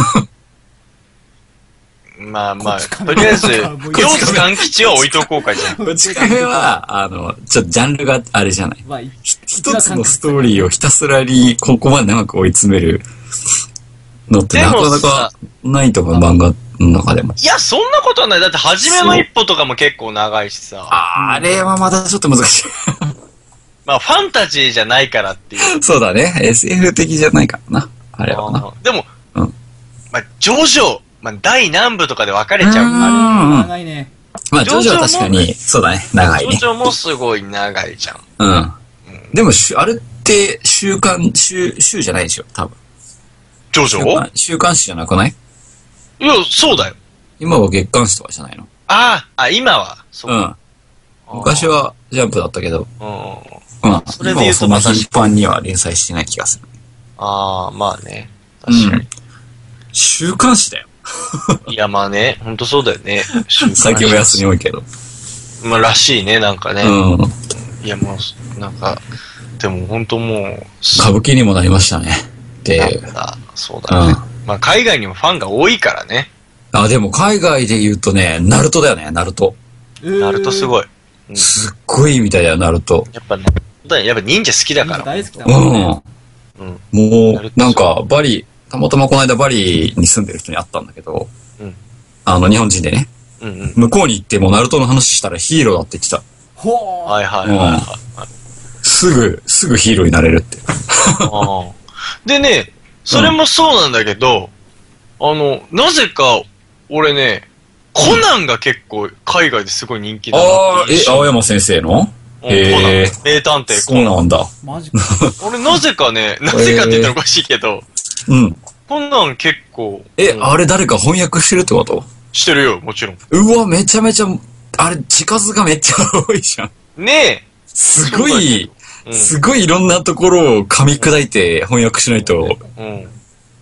まあまあ、 こっちかとりあえず、 こっちか両津勘吉は置いとこうかじゃん。 こち亀は、あの、ちょっとジャンルがあれじゃない。 まあ、いひ一つのストーリーをひたすらにここまで長く追い詰めるのってでもなかなかないと思う、漫画の中でも。 いや、そんなことはない。だって、初めの一歩とかも結構長いしさ。 あれはまたちょっと難しい。 まあ、ファンタジーじゃないからっていう。 そうだね。エスエフ 的じゃないからな。あれはな。 あーでも、 うんまあ、ジョジョ、まあ、第何部とかで分かれちゃううんか長いね。 まあ、ジョジョは確かに、そうだね。長ら。 いねジョジ。ョもすごい長いじゃん。 うん。でも、しゅあれって、週刊、週、週じゃないでしょ、多分。 ジョジョ週刊週刊誌じゃなくないいや、そうだよ。 今は月刊誌とかじゃないのああ、あ、今は。そううん。昔はジャンプだったけど、 うん。 うん。 それで言うと今はそんな頻繁には連載してない気がする。 ああ、まあね。確かに。 週刊誌だよ。 いや、まあね。ほんとそうだよね。 最近お休み多いけど。 まあ、らしいね、なんかね。 うん。 いや、もう、なんか、でもほんともう、 歌舞伎にもなりましたね。で、 なんだ、そうだね。まあ、海外にもファンが多いからね。 あ、でも海外で言うとね、ナルトだよね、ナルト。 ナルトすい。 ごい。 すっごいみたいだよ、ナルト。 やっぱね、やっぱ忍者好きだから。 大好きだうもんね。 ん。 うん。 もう、なんか、バリ、たまたまこの間バリに住んでる人に会ったんだけど、 うんあの、日本人でね、 うんうん。 向こうに行ってもうナルトの話したらヒーローだって言ってた。 ほー。 はいはいはいはい。 すぐ、すぐヒーローになれるって。 あーでね、それもそうなんだけど、あの、なぜか、俺ね、コナンが結構海外ですごい人気だなああ、えっていう印、象。 青山先生のうんコナンへえ。 名探偵そコナン。 うなんだ。 マジか。 俺なぜかね、なぜかって言ったらおかしいけど、 うん。 コナン結構、 え、 うんあれ誰か翻訳してるってことしてるよ、もちろん。 うわ、めちゃめちゃ、あれ、字数がめっちゃ多いじゃん。 ねすごい、 え。 すごいいろんなところを噛み砕いて翻訳しないと。 うん。うん。 え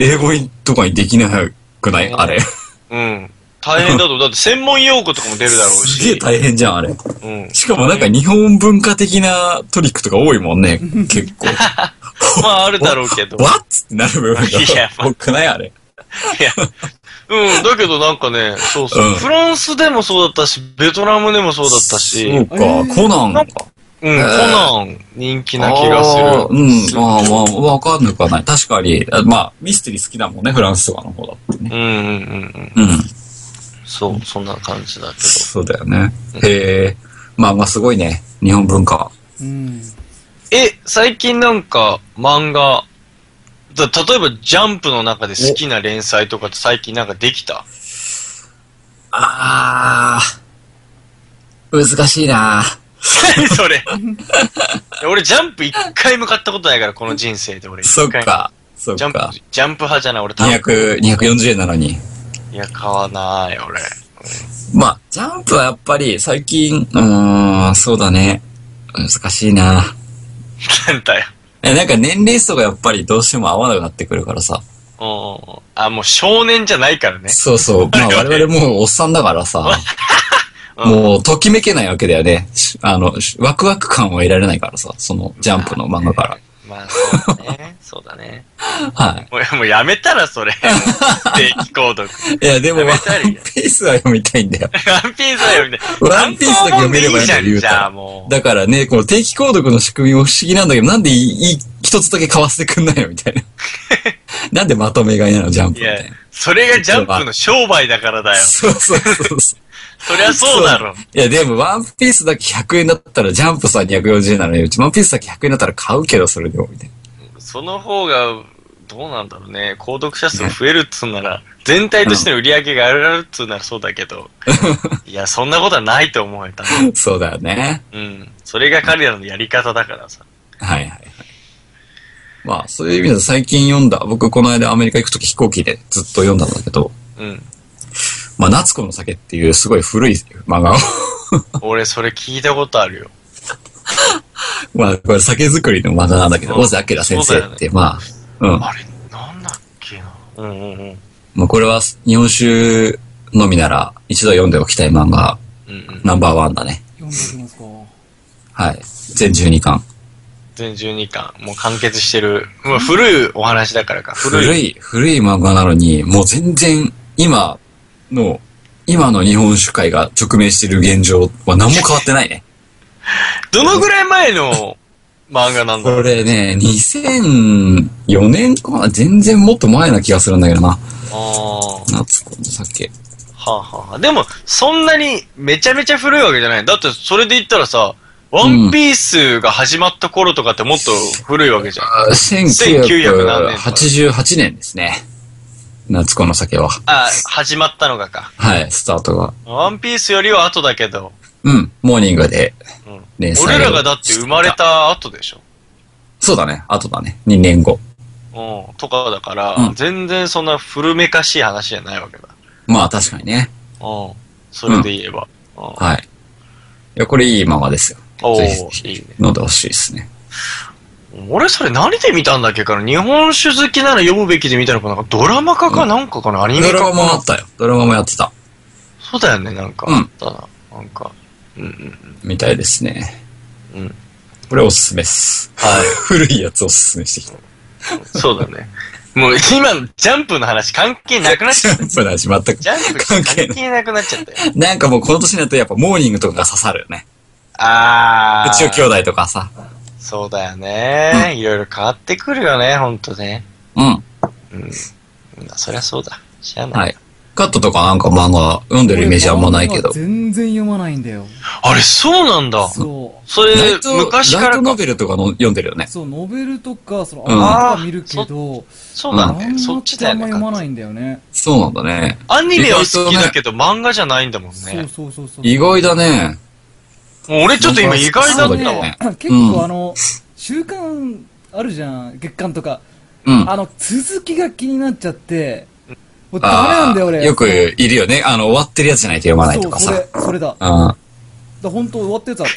英語とかにできなくないあれ。 うん。大変だと。だって専門用語とかも出るだろうし。 すげえ大変じゃん、あれ。 うん。 しかもなんか日本文化的なトリックとか多いもんね、結構。 まああるだろうけど。 わっつってなる部分が多くないあれ。 いや、うん、だけどなんかね、そうそう、うん。フランスでもそうだったし、ベトナムでもそうだったし。 そうか、コナン。 なんかうん、コナン人気な気がする。 うん、まあまあ、わかんなくはない。確かに、まあ、ミステリー好きだもんね、フランスとかの方だってね。 うんうんうんうん。うん。そう、そんな感じだけど。 そうだよね。へえ。まあまあ、すごいね、日本文化。 うん。 え、最近なんか漫画、だ例えばジャンプの中で好きな連載とかって最近なんかできた？ あー、難しいな何それ俺ジャンプ一回も買ったことないから、この人生で俺一回。 そっか、そっか。 ジャンプ、ジャンプ派じゃない、俺多分。にひゃく、にひゃくよんじゅうえんなのに。 いや、買わない、俺。 まあ、ジャンプはやっぱり最近、うーん、そうだね。難しいななんだよ。 え、なんか年齢層がやっぱりどうしても合わなくなってくるからさ。 うん。あ、もう少年じゃないからね。 そうそう。まあ我々もうおっさんだからさ。うん、もう、ときめけないわけだよね。あの、ワクワク感は得られないからさ、その、ジャンプの漫画から。 まあ、そうだね。そうだね。 はい。 もう、もうやめたら、それ。定期購読。 いや、でも、ワンピースは読みたいんだよ。 ワンピースは読みたい。 ワンピースだけ読めればいいんだよ、言うたら。だからね、この定期購読の仕組みも不思議なんだけど、なんでいい、一つだけ買わせてくんないよ、みたいな。なんでまとめ買いなの、ジャンプみたいな。いや、 それがジャンプの商売だからだよ。 そうそうそうそう。 そりゃそうだろ。 いや、でも、ワンピースだけひゃくえんだったら、ジャンプさにひゃくよんじゅうえんなのに、うちワンピースだけひゃくえんだったら買うけど、それでも、みたいな。その方が、どうなんだろうね。購読者数増えるっつうなら、全体としての売り上げが上がるっつうならそうだけど、いや、そんなことはないと思うよ、多分。 そうだよね。 うん。それが彼らのやり方だからさ。 はいはいはい。まあ、そういう意味で最近読んだ、僕この間アメリカ行くとき飛行機でずっと読んだんだけど、うん。まあ、夏子の酒っていうすごい古い漫画を俺それ聞いたことあるよ。 まあ、これ酒造りの漫画なんだけど、尾瀬明先生って、ね、まあ、うん。 あれ、なんだっけな。うんうんうん。 まあ、これは日本酒のみなら一度読んでおきたい漫画、うんうん、ナンバーワンだね。 読んでおきますか。 はい。全じゅうにかん。 全じゅうにかん。もう完結してる。もう古いお話だからか。 古い。古い、古い漫画なのに、もう全然、今の、今の日本酒界が直面している現状は何も変わってないね。 どのぐらい前の漫画なんだろう。 これね、にせんよねんかな、全然もっと前な気がするんだけどな。ああ。夏子の酒。 はあはあ。でも、そんなにめちゃめちゃ古いわけじゃない。だって、それで言ったらさ、ワンピースが始まった頃とかってもっと古いわけじゃん。 うん、せんきゅうひゃくはちじゅうはちねんですね。夏子の酒は。 あ、始まったのがか。 はい、スタートが。 ワンピースよりは後だけど。 うん、モーニングで連載、 うん。俺らがだって生まれた後でしょ。 そうだね、後だね。にねんご。 うん、とかだから、うん、全然そんな古めかしい話じゃないわけだ。 まあ確かにね。 うん、それで言えば。 うん、はい。いや、これいい漫画ですよ。 おぜひぜひ、いいね。飲んでほしいですね。 俺それ何で見たんだっけかな。日本酒好きなら読むべきで見たのかな。なんかドラマ化かなんかかな、うん、アニメ化かな。 ドラマもあったよ。ドラマもやってた。 そうだよね、なんか。あったな。うん、なんか。うんうん。 みたいですね。うん。これおすすめっす。はい。古いやつおすすめしてきた。そうだね。もう今のジャンプの話関係なくなっちゃった。 ジャンプの話全くジャンプ関係なくなっちゃったよ。 なんかもうこの年になるとやっぱモーニングとかが刺さるよね。 あー。 うちの兄弟とかさ。 そうだよね、うん。いろいろ変わってくるよね、ほんとね。 うん。うん。 そりゃそうだ。知らない。 はい。カットとかなんか漫画読んでるイメージあんまないけど。 全然読まないんだよ。 あれ、そうなんだ。 そう。 それ、昔からライトノベルとかの読んでるよね。 そう、ノベルとか、その、アニメとか見るけど、 うん、そ, そうだね。そっちだよね。 あんま読まないんだよね。 そうなんだね。 アニメは好きだけど、ね、漫画じゃないんだもんね。そうそうそうそう。 意外だね。 もう俺ちょっと今意外だったわ。 ね、結構あの、週刊あるじゃん、月刊とか。うん。あの、続きが気になっちゃって、もうダメなんだよ俺。 よくいるよね。あの、終わってるやつじゃないと読まないとかさ。 そう、それ、それだ。 うん。 だ本当終わったやつは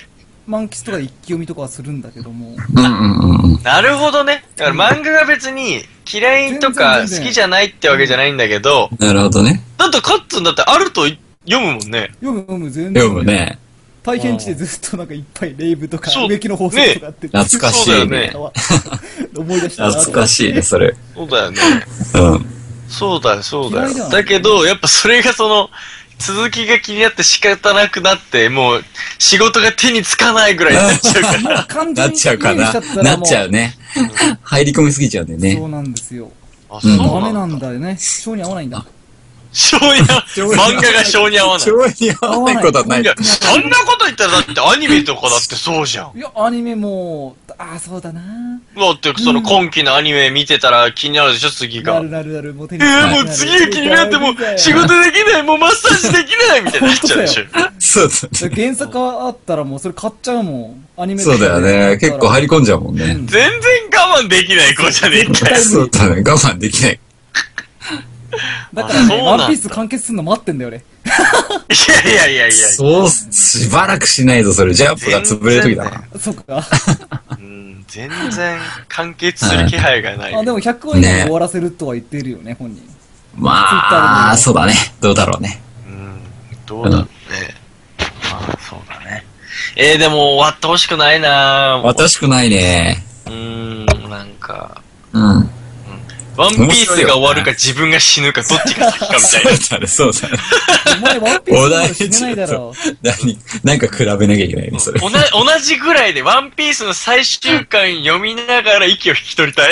満喫とかで一気読みとかはするんだけども。 うんうんうん。 なるほどね。だから漫画が別に嫌いとか好きじゃないってわけじゃないんだけど。 なるほどね。 だってカッツンだってあると読むもんね。 読む読む、全然。 読むね。 大変地でずっとなんかいっぱいレイブとか植木の法則とかあって、 ね、懐かしいね。 思い出したな。 懐かしいね、それ。 そうだよね。 うん。 そうだよ、そうだよ。だけど、やっぱそれがその、続きが気になって仕方なくなって、もう、仕事が手につかないぐらいになっちゃうから。 なっちゃうかな。なっちゃうね。入り込みすぎちゃうんだよね。 そうなんですよ。 あ、そうダメなんだよね。性に合わないんだ。 性に合わない。漫画が性に合わない。 性に合わないことはない。 いや、そんなこと言ったらだってアニメとかだってそうじゃん。 いや、アニメも、ああ、そうだな。 だってその今期のアニメ見てたら気になるでしょ、次が。 なるなるなる、もう手にえー、もう次が気になってもう仕事できない、もうマッサージできないみたいになっちゃうでしょ。 そうだね。 原作あったらもうそれ買っちゃうもん。アニメそうだよね。結構入り込んじゃうもんね。 うん、 全然我慢できない子じゃねえかよ。 そうだね。我慢できない。 だからね、ワンピース完結するの待ってんだよ、俺。 いやいやいやいや。 そう、しばらくしないとそれ、ジャンプが潰れる時だな。 そっか。 うん、全然完結する気配がない。 あ、でもひゃくわ以内で終わらせるとは言ってるよね、本人。 まあ、そうだね。どうだろうね。 うん、どうだろうね。まあ、そうだね。えー、でも終わってほしくないなぁ。 終わってほしくないね。 うーん、なんか。 うん。 ワンピースが終わるか自分が死ぬかどっちが先かみたいな。 そうだね、そうだね。 お前ワンピース死ねないだろ。 何、なんか比べなきゃいけないね、それ。 同じ、同じぐらいでワンピースの最終巻読みながら息を引き取りたい。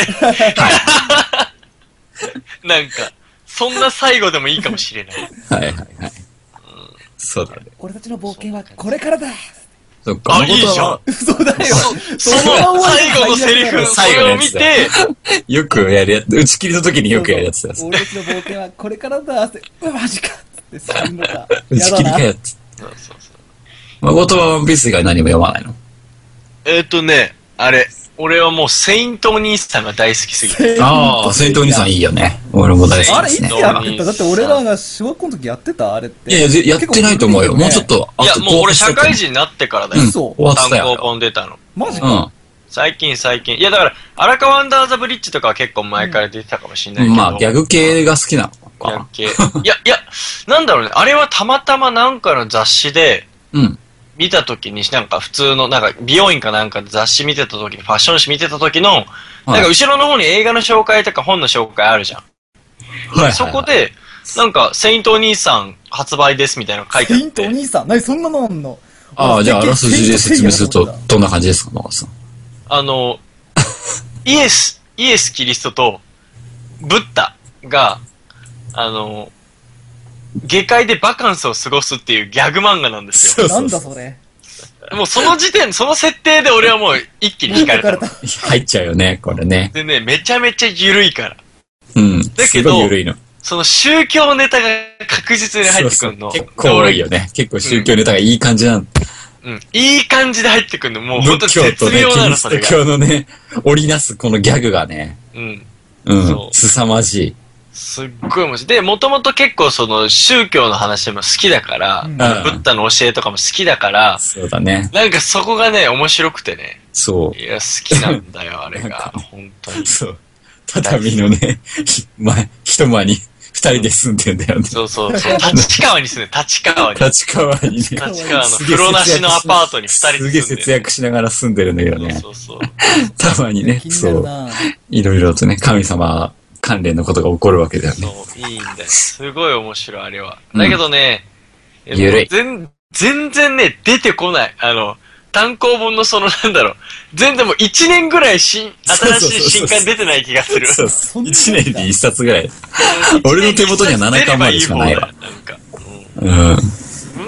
なんか、そんな最後でもいいかもしれない。 はいはいはい。うん、そうだね。 俺たちの冒険はこれからだ。 そっか。 あ、いいじゃん。 そうだよ。 その最後のセリフ、それを見て、 よくやるやつ、打ち切りの時によくやるやつだ。 俺たちの冒険はこれからだって、うわ、マジかって死ぬのか。 打ち切りかやつ。そうそうそう。誠はワンピース以外何も読まないの？ えっとね、あれ、俺はもうセイントお兄さんが大好きすぎて。 ああ、セイントお兄さんいいよね。俺も大好きですね。 あれ、いつやってた？だって俺らが小学校の時やってたあれって。 いやいや、やってないと思うよ。もうちょっと。 いや、もう俺社会人になってからだよ。 そう。 単行本出たの。 マジか。 最近最近。いや、だから、荒川アンダーザブリッジとかは結構前から出てたかもしれないけど。 まあ、ギャグ系が好きなのか。 ギャグ系。いや、いや、なんだろうね。あれはたまたまなんかの雑誌で、 うん。 見たときに、なんか普通の、なんか美容院かなんかで雑誌見てたときに、ファッション誌見てたときの、なんか後ろの方に映画の紹介とか本の紹介あるじゃん。はい。そこで、なんか、セイントお兄さん発売ですみたいなの書いてあって。 セイントお兄さん何そんなのあんの？ ああ、じゃああらすじで説明すると、どんな感じですか、野さん。 あの、イエス、イエス・キリストと、ブッダが、あの、下界でバカンスを過ごすっていうギャグ漫画なんですよ。 なんだそれ。 もうその時点、その設定で俺はもう一気に惹かれた。 入っちゃうよね、これね。 でね、めちゃめちゃ緩いから。 うん。 だけど、 緩いの。 その宗教ネタが確実に入ってくるの。 そうそう結構多いよね。結構宗教ネタがいい感じなの。 うん。いい感じで入ってくるの。もう本当に絶妙なの、それが。 仏教のね、織りなすこのギャグがね。 うん。 うん。凄まじい。 すっごい面白い。で、もともと結構その宗教の話も好きだから、うん、ブッダの教えとかも好きだから、 そうだね。 なんかそこがね、面白くてね。 そう。 いや、好きなんだよ、あれが。本当に。 そう。畳のね、前、一間に二人で住んでんだよね。 そうそうそう。立川に住んで、立川に。 立川にね。 立川の風呂なしのアパートに二人で住んでる。 すげえ節約しながら住んでるんだけどね。 そうそうそう。 たまにね、そう。いろいろとね、神様関連のことが起こるわけだよね。 そう、いいんだよ。すごい面白い、あれは。だけどね、 ゆるい。 全然ね、出てこない。あの、単行本のそのなんだろう、全然もう一年ぐらい新、新しい新刊出てない気がする。 そうそう。一年に一冊ぐらい。俺の手元には七巻までしかないわ。なんか。うん。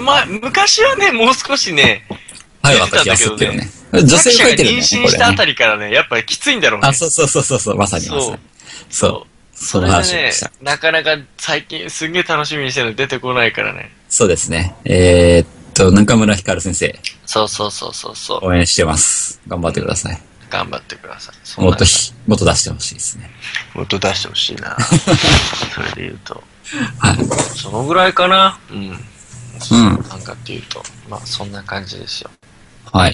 まあ、昔はね、もう少しね、 はい、私は知ってるね。女性が書いてるね。 妊娠したあたりからね、やっぱりきついんだろうね。 あ、そうそうそうそう、まさにまさに。そう。 それでね、なかなか最近すんげえ楽しみにしてるの出てこないからね。 そうですね。えーっと、中村ひかる先生。 そうそうそうそうそう。 応援してます。頑張ってください。 頑張ってください。 もっとひ、もっと出してほしいですね。 もっと出してほしいな。それで言うと。はい。そのぐらいかな。うん。うん。なんかっていうと、まあそんな感じですよ。 はい。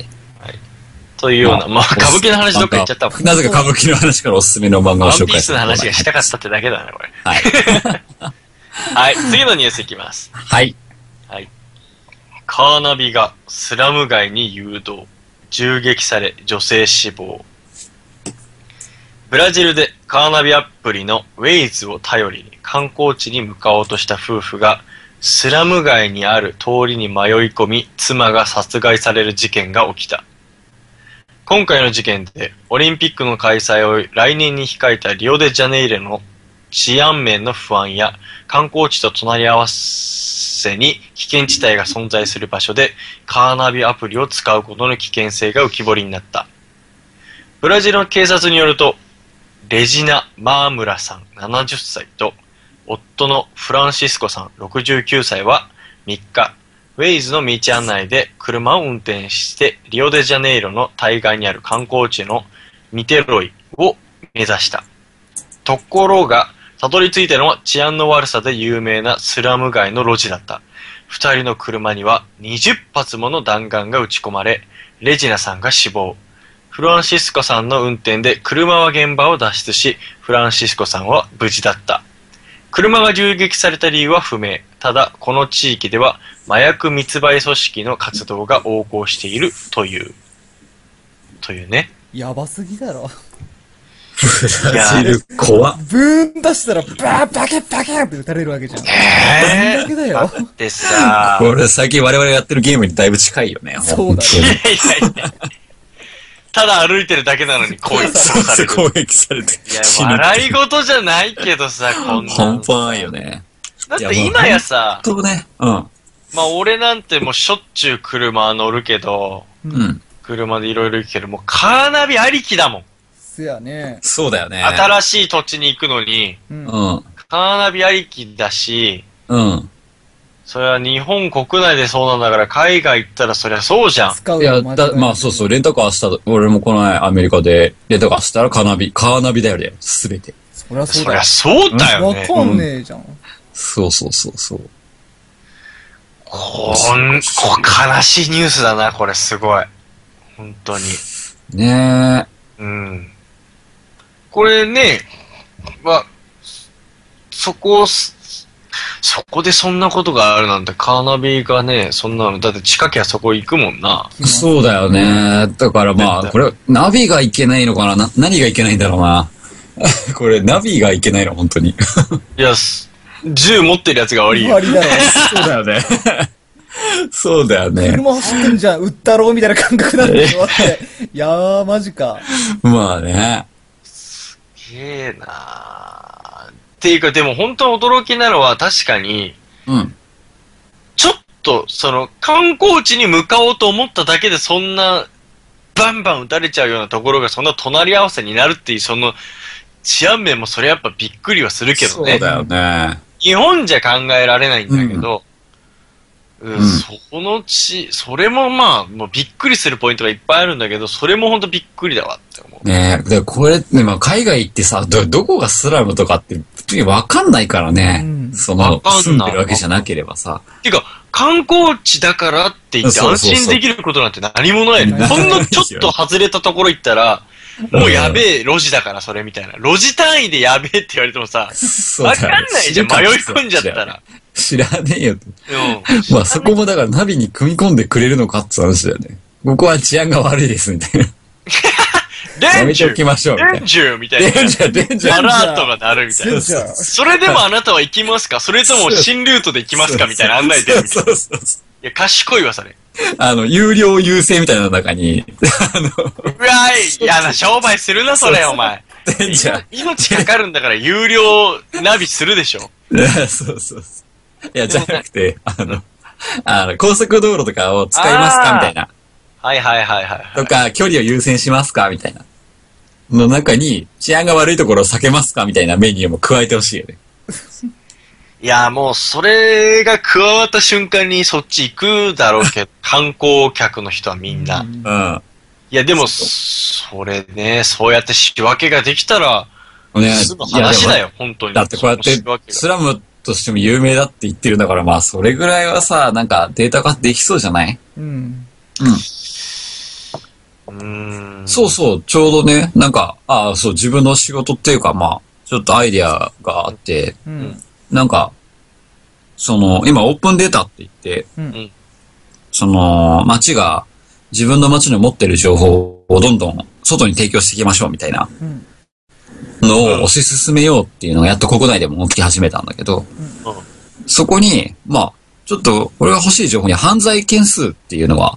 というような、まあ、歌舞伎の話どっか行っちゃったもん。 なぜか歌舞伎の話からおすすめの漫画を紹介する。 ワンピースの話がしたかったってだけだね、これ。 はい。 はい、次のニュースいきます。 はい。 はい。カーナビがスラム街に誘導。銃撃され、女性死亡。ブラジルでカーナビアプリのウェイズを頼りに観光地に向かおうとした夫婦がスラム街にある通りに迷い込み、妻が殺害される事件が起きた。今回の事件でオリンピックの開催を来年に控えたリオデジャネイロの治安面の不安や観光地と隣り合わせに危険地帯が存在する場所でカーナビアプリを使うことの危険性が浮き彫りになった。ブラジルの警察によると、レジナ・マームラさんななじゅっさいと夫のフランシスコさんろくじゅうきゅうさいはみっか、ウェイズの道案内で車を運転してリオデジャネイロの対岸にある観光地のミテロイを目指した。ところが、たどり着いたのは治安の悪さで有名なスラム街の路地だった。二人の車にはにじゅっぱつもの弾丸が撃ち込まれ、レジナさんが死亡。フランシスコさんの運転で車は現場を脱出し、フランシスコさんは無事だった。車が銃撃された理由は不明。ただ、この地域では麻薬密売組織の活動が横行しているという。というね。 やばすぎだろ。 ブラジル怖っ。 ブーン出したらバーバケバケって撃たれるわけじゃん。 えー、 だけだよ。 だってさ、 これ最近我々がやってるゲームにだいぶ近いよね。 そうだね。 いやいやいや。ただ歩いてるだけなのに攻撃される。 攻撃されて。 いや、笑い事じゃないけどさ、こんな。 半端ないよね。 だって今やさ、 そうね。うん。 まあ俺なんてもうしょっちゅう車乗るけど、 うん。 車でいろいろ行くけど、もうカーナビありきだもん。 せやね。 そうだよね。 新しい土地に行くのに、 うん。 うん。 カーナビありきだし、 うん。 それは日本国内でそうなんだから海外行ったらそりゃそうじゃん。 使ういや、だ、まあそうそう、レンタカーした、俺もこの前アメリカでレンタカーしたらカーナビ、カーナビだよね、すべて。 そりゃそうだよそりゃ。そうだよね。 わかんねえじゃん。 そうそうそうそう。 こん、こ悲しいニュースだな、これすごい。本当に。 ねえ。 うん。これね、まあ、そこを、そこでそんなことがあるなんて、カーナビがね、そんなの、だって近きゃそこ行くもんな。 そうだよね。だからまあ、これ、ナビがいけないのかなな、何がいけないんだろうな。これ、ナビがいけないの、本当に。 いや、銃持ってるやつが悪いよ。 終わりだよ。 そうだよね。そうだよね。 車走ってんじゃん、撃ったろうみたいな感覚なんでしょって。いやー、マジか。 まあね。 すげえなーっていうか、でも本当に驚きなのは確かに、 うん。 ちょっと、その、観光地に向かおうと思っただけでそんな、バンバン撃たれちゃうようなところがそんな隣り合わせになるっていう、その、治安面もそれやっぱびっくりはするけどね。 そうだよね。 日本じゃ考えられないんだけど、うんうん、 そのち、それもまあ、もうびっくりするポイントがいっぱいあるんだけど、それもほんとびっくりだわって思う。 ねえ、でこれね、まあ海外行ってさ、ど、どこがスラムとかって、普通にわかんないからね。うん、その、住んでるわけじゃなければさ。 ていうか、観光地だからって言って安心できることなんて何もない。ほんのちょっと外れたところ行ったら、もうやべえ路地だからそれみたいな。路地単位でやべえって言われてもさ、わかんないじゃん、迷い込んじゃったら。 知らねえよ。うん。まあそこもだからナビに組み込んでくれるのかって話だよね。ここは治安が悪いですみたいな。やめておきましょうみたいな。 デンジューみたいな。 デンジャー、デンジャー。 アラートが鳴るみたいな。それでもあなたは行きますかそれとも新ルートで行きますかみたいな案内出るみたいな。そうそうそう。いや、賢いわ、それ。 あの、有料優勢みたいな中に、あの、 うわい、嫌な商売するな、それ、お前。 デンジャー。 命かかるんだから有料ナビするでしょ。 いや、そうそうそう。いや、じゃなくて、あの、あの、高速道路とかを使いますかみたいな。 はいはいはいはい。 とか、距離を優先しますかみたいな。の中に、治安が悪いところを避けますかみたいなメニューも加えてほしいよね。 いや、もう、それが加わった瞬間にそっち行くだろうけど、観光客の人はみんな。うん。いや、でも、それね、そうやって仕分けができたら、ね、すぐ話だよ、本当に。 だってこうやって、スラムとしても有名だって言ってるんだから、まあ、それぐらいはさ、なんかデータ化できそうじゃない？うん。うん。 うーん。 そうそう、ちょうどね、なんか、ああ、そう、自分の仕事っていうか、まあ、ちょっとアイディアがあって、うん、なんか、その、今オープンデータって言って、うん、その、街が自分の街の持ってる情報をどんどん外に提供していきましょうみたいなのを推し進めようっていうのがやっと国内でも起き始めたんだけど、うん、そこに、まあ、ちょっと、俺が欲しい情報に犯罪件数っていうのが、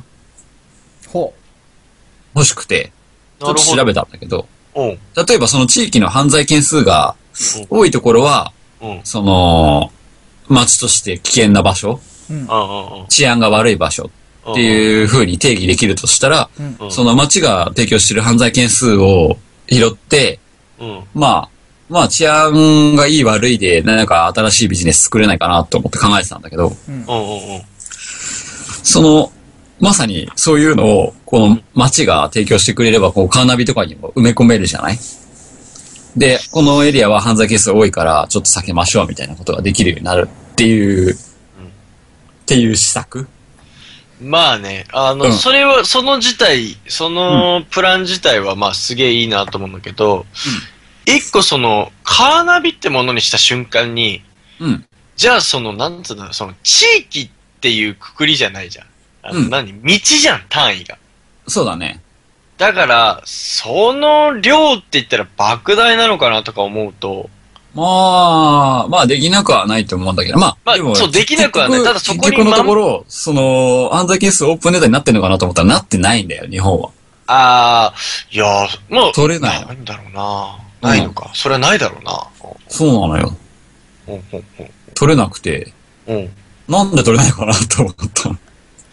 欲しくて、ちょっと調べたんだけど、例えばその地域の犯罪件数が多いところは、その、街として危険な場所、治安が悪い場所っていう風に定義できるとしたら、その街が提供している犯罪件数を拾って、まあ、まあ治安がいい悪いで何か新しいビジネス作れないかなと思って考えてたんだけど、その、まさにそういうのをこの街が提供してくれればこうカーナビとかにも埋め込めるじゃない？で、このエリアは犯罪件数多いからちょっと避けましょうみたいなことができるようになるっていう、うん、っていう施策？ まあね、あの、うん、それは、その自体、そのプラン自体はまあすげえいいなと思うんだけど、うん、一個その、カーナビってものにした瞬間に、うん、じゃあその、なんつうんだろう、その地域っていうくくりじゃないじゃん。あの、うん、何？道じゃん、単位が。 そうだね。 だから、その量って言ったら莫大なのかなとか思うと。 まあ、まあできなくはないと思うんだけど、まあ、 まあ、でもそう、できなくはない。ただそこに。 結局のところ、その、犯罪件数オープンデータになってるのかなと思ったらなってないんだよ、日本は。 ああ、いやー、まあ、 取れない。 ないんだろうな。ないのか。うん、それはないだろうな。 そうなのよ。うんうんうん、取れなくて、うん、なんで取れないかなと思ったの。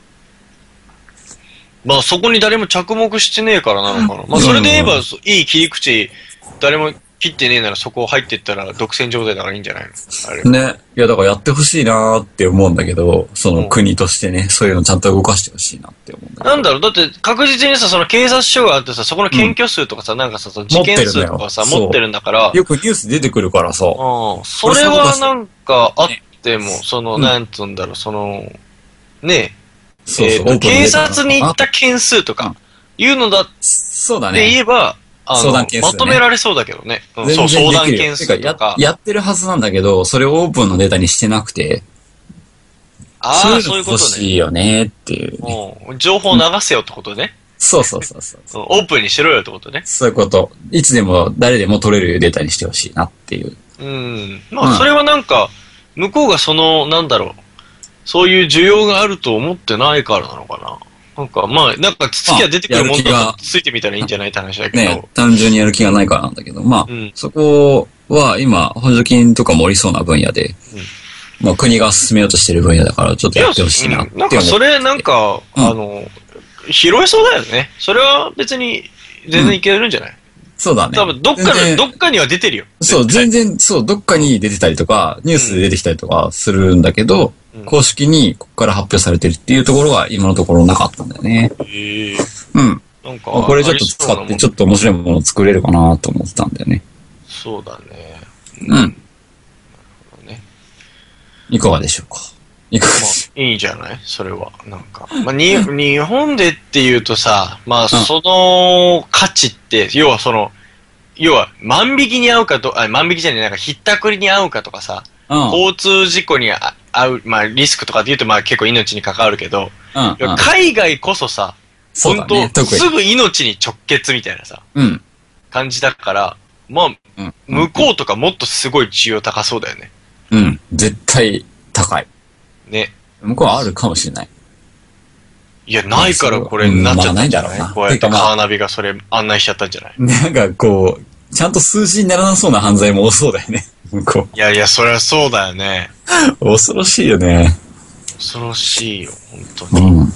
まあそこに誰も着目してねえからなのかな。まあそれで言えば、いい切り口、誰も切ってねえならそこ入ってったら独占状態だからいいんじゃないの？あれね。いやだからやってほしいなーって思うんだけど、その国としてね、そういうのちゃんと動かしてほしいなって思うんだけど。 なんだろう、だって確実にさ、その警察署があってさ、そこの検挙数とかさ、うん、なんかさ、その事件数とかさ、持ってるんだから。 よくニュース出てくるからさ。 うん。それはなんかあっても、その、なんつうんだろう、その、ねえ、そうそう、えー、警察に行った件数とか、いうのだ、 そうだね。 で言えば、あの、ね、まとめられそうだけどね。うん、そう、相談件数とかや。やってるはずなんだけど、それをオープンのデータにしてなくて。 ああ、そういうことね。欲しいよねっていう、ね、 うん。情報流せよってことね。 そうそうそうそうそう。オープンにしろよってことね。 そういうこと。いつでも誰でも取れるデータにしてほしいなっていう。 うん。まあ、それはなんか、向こうがその、なんだろう。そういう需要があると思ってないからなのかな。なんか、まあ、なんか、つつきは出てくるもんだからついてみたらいいんじゃないって話だけど。ね、 単純にやる気がないからなんだけど、まあ、うん、そこは今、補助金とかもおりそうな分野で、うん、まあ、国が進めようとしてる分野だから、ちょっとやってほしいなって思って。 なんか、それ、なんか、うん、あの、拾えそうだよね。それは別に、全然いけるんじゃない、うん、 そうだね。 多分、どっかの、どっかには出てるよ。 そう、全然、そう、どっかに出てたりとか、ニュースで出てきたりとかするんだけど、うん、公式にここから発表されてるっていうところは今のところなかったんだよね。へえ。うん。なんか、これちょっと使ってちょっと面白いものを作れるかなと思ってたんだよね。 そうだね。 うん。なるほどね。いかがでしょうか。いかがでしょうか。 まあ、いいんじゃないそれは。なんか。まあ、に、日本でっていうとさ、まあ、その価値って、要はその、要は万引きに遭うかと、あ、万引きじゃない、なんかひったくりに遭うかとかさ、うん、交通事故に遭う、まあリスクとかで言うとまあ結構命に関わるけど、うんうん、海外こそさ、本当、ね、すぐ命に直結みたいなさ、うん、感じだから、まあ、うん、向こうとかもっとすごい需要高そうだよね。 うん、絶対高い。 ね。 向こうはあるかもしれない。 いや、ないからこれになっちゃったんじゃない、まあ、こうやってカーナビがそれ案内しちゃったんじゃない、 なんかこう、ちゃんと数字にならなそうな犯罪も多そうだよね。向こう。いやいや、そりゃそうだよね。 恐ろしいよね。 恐ろしいよ、本当に。うん。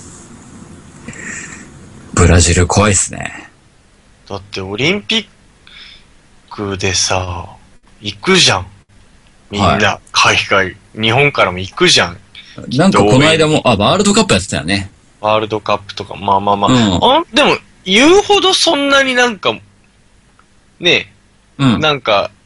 ブラジル怖いっすね。 だってオリンピックでさ、行くじゃん。みんな、はい、海外。日本からも行くじゃん。 なんかこの間も、あ、ワールドカップやってたよね。 ワールドカップとか、まあまあまあ。うん、あでも、言うほどそんなになんか、ねえ、うん、なんか、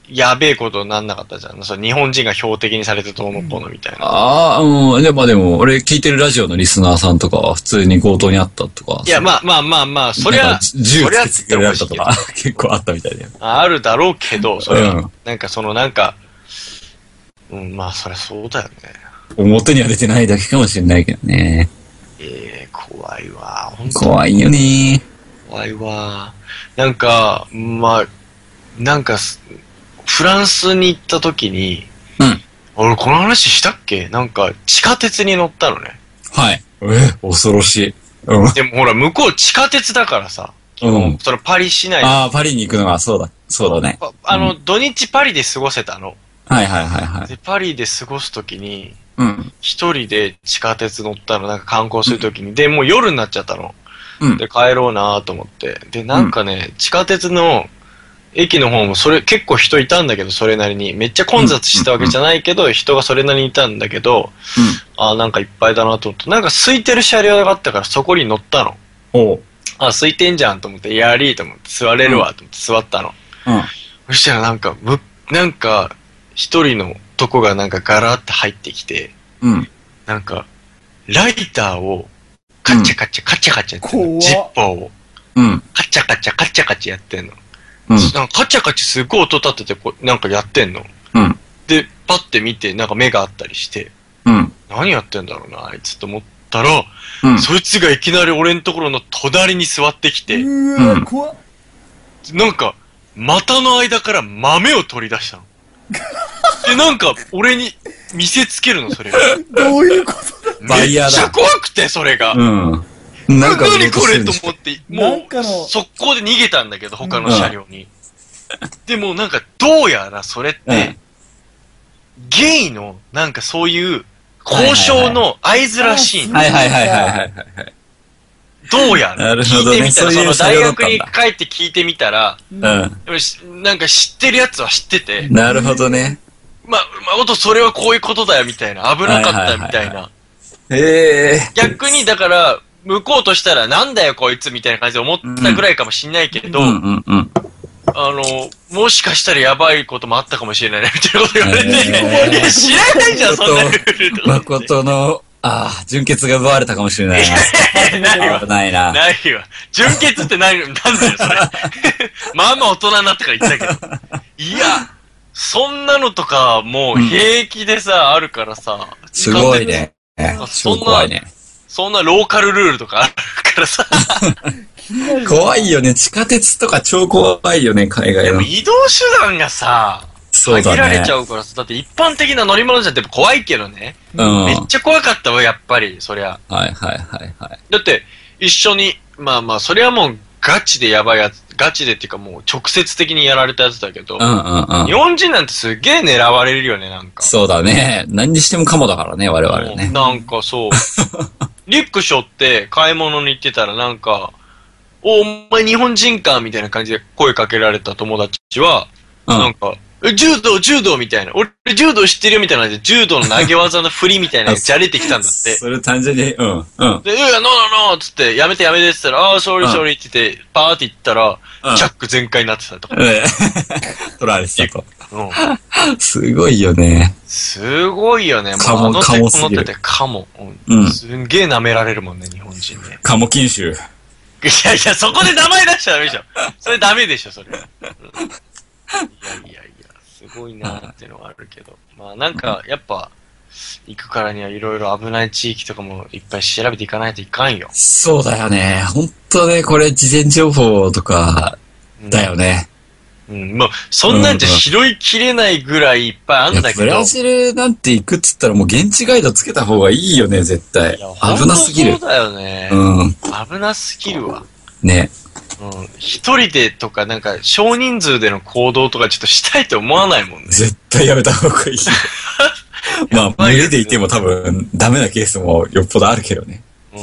やべえことになんなかったじゃん。その日本人が標的にされてどうのこうのみたいな。 ああ、うん。でもでも、俺聞いてるラジオのリスナーさんとかは普通に強盗にあったとか。 いや、まあまあまあまあ、そりゃ、 銃突きつけられたとか結構あったみたいだよ。 あるだろうけど、それは、 うん、 なんかそのなんか、うん、まあそりゃそうだよね。 表には出てないだけかもしれないけどね。 ええー、怖いわ。本当怖いよね。 怖いわ。なんか、まあ、なんか、フランスに行った時に、 うん。 俺この話したっけ？なんか地下鉄に乗ったのね。 はい。え、恐ろしい。うん。 でもほら、向こう地下鉄だからさ。うん。そのパリ市内。 ああ、パリに行くのはそうだ。そうだね。 あの、うん、土日パリで過ごせたの。 はいはいはいはい。 で、パリで過ごす時に、 うん。 一人で地下鉄乗ったの、なんか観光する時に、うん、で、もう夜になっちゃったの。 うん。 で、帰ろうなと思って。で、なんかね、うん、地下鉄の、駅の方もそれ結構人いたんだけど、それなりにめっちゃ混雑したわけじゃないけど、人がそれなりにいたんだけど、うん、あなんかいっぱいだなと思って、なんか空いてる車両があったからそこに乗ったの。 おあ空いてんじゃんと思って、やりーと思って座れるわと思って座ったの。 うん、 そしたらなんかむなんか一人の男がなんかガラって入ってきて、 うん、 なんかライターをカチャカチャカチャカチャやってんの、ジッパーを、 うん、 カチャカチャカチャカチャやってんの。 うん、 なんかカチャカチすごい音立ててこうなんかやってんの、 うん、 でパッて見てなんか目があったりして、 うん、 何やってんだろうなあいつと思ったら、 うん、 そいつがいきなり俺のところの隣に座ってきて、 うーわ怖っ、 なんか股の間から豆を取り出したのでなんか俺に見せつけるのそれがどういうことだ、めっちゃ怖くてそれが、 うんなんか何これと思って、もうの速攻で逃げたんだけど、他の車両に。うん、でもなんかどうやらそれって、うん、ゲイのなんかそういう交渉の合図らしいの。 はいはいはいはいはい。 どうやら。 なるほどね、聞いてみたら、その大学に帰帰って聞いてみたら、 うん、 なんか知ってるやつは知ってて。 なるほどね。 ま、まあ、おとそれはこういうことだよみたいな。危なかったみたいな。 へー。 逆にだから、向こうとしたらなんだよこいつみたいな感じで思ったぐらいかもしんないけど、 うんうんうん、 あの、もしかしたらやばいこともあったかもしれないねみたいなこと言われて、いや知らないじゃんそんなルールとか。 誠の、ああ、純潔が奪われたかもしれないな。 ないわ。 ないな。 ないわ。純潔って何、なんだよそれ。まあまあ大人になってから言ったけど。いや、そんなのとかもう平気でさ、うん、あるからさ。 すごいね。超怖いね。 そんなローカルルールとかあるからさ。 怖いよね。地下鉄とか超怖いよね、海外の。 でも移動手段がさ、 そうだね。 限られちゃうからさ、だって一般的な乗り物じゃって怖いけどね。 うん。 めっちゃ怖かったわ、やっぱり、そりゃ。 はいはいはいはい。 だって、一緒に、まあまあ、それはもうガチでやばいやつ、ガチでっていうかもう直接的にやられたやつだけど、 うんうんうん。 日本人なんてすげえ狙われるよね、なんか。 そうだね。何にしてもカモだからね、我々ね。 なんかそう。リュック背負って買い物に行ってたらなんか、お、お前日本人かみたいな感じで声かけられた友達は、うん、なんか、柔道、柔道みたいな。俺、柔道知ってるよみたいな感じで、柔道の投げ技の振りみたいなのがじゃれてきたんだって。 それ単純に、うん、うん。 で、いや、ノーノーノーつって、やめてやめてって言ったら、ああ、ソーリーソーリーって言って、パーって言ったら、うん、チャック全開になってたとか。 取られてたと。 うん。 すごいよね。 すごいよね。 カモ、カモすぎる。 乗ってて、カモ。 うん。 すんげえ舐められるもんね、日本人ね。 カモ禁酒。 いやいや、そこで名前出しちゃダメでしょ。それダメでしょ、それ。うん、いやいやいや。すごいなーっていうのはあるけど。まあなんか、やっぱ、行くからにはいろいろ危ない地域とかもいっぱい調べていかないといかんよ。 そうだよね。ほんとね、これ事前情報とか、だよね。 うん、うん、もう、そんなんじゃ拾いきれないぐらいいっぱいあるんだけど。 ブラジルなんて行くっつったらもう現地ガイドつけた方がいいよね、絶対。危なすぎる。 そうだよね。 うん。 危なすぎるわ。 ね。 うん。一人でとか、なんか、少人数での行動とかちょっとしたいと思わないもんね。 絶対やめた方がいい。まあ、群れでいても多分、ダメなケースもよっぽどあるけどね。 うん。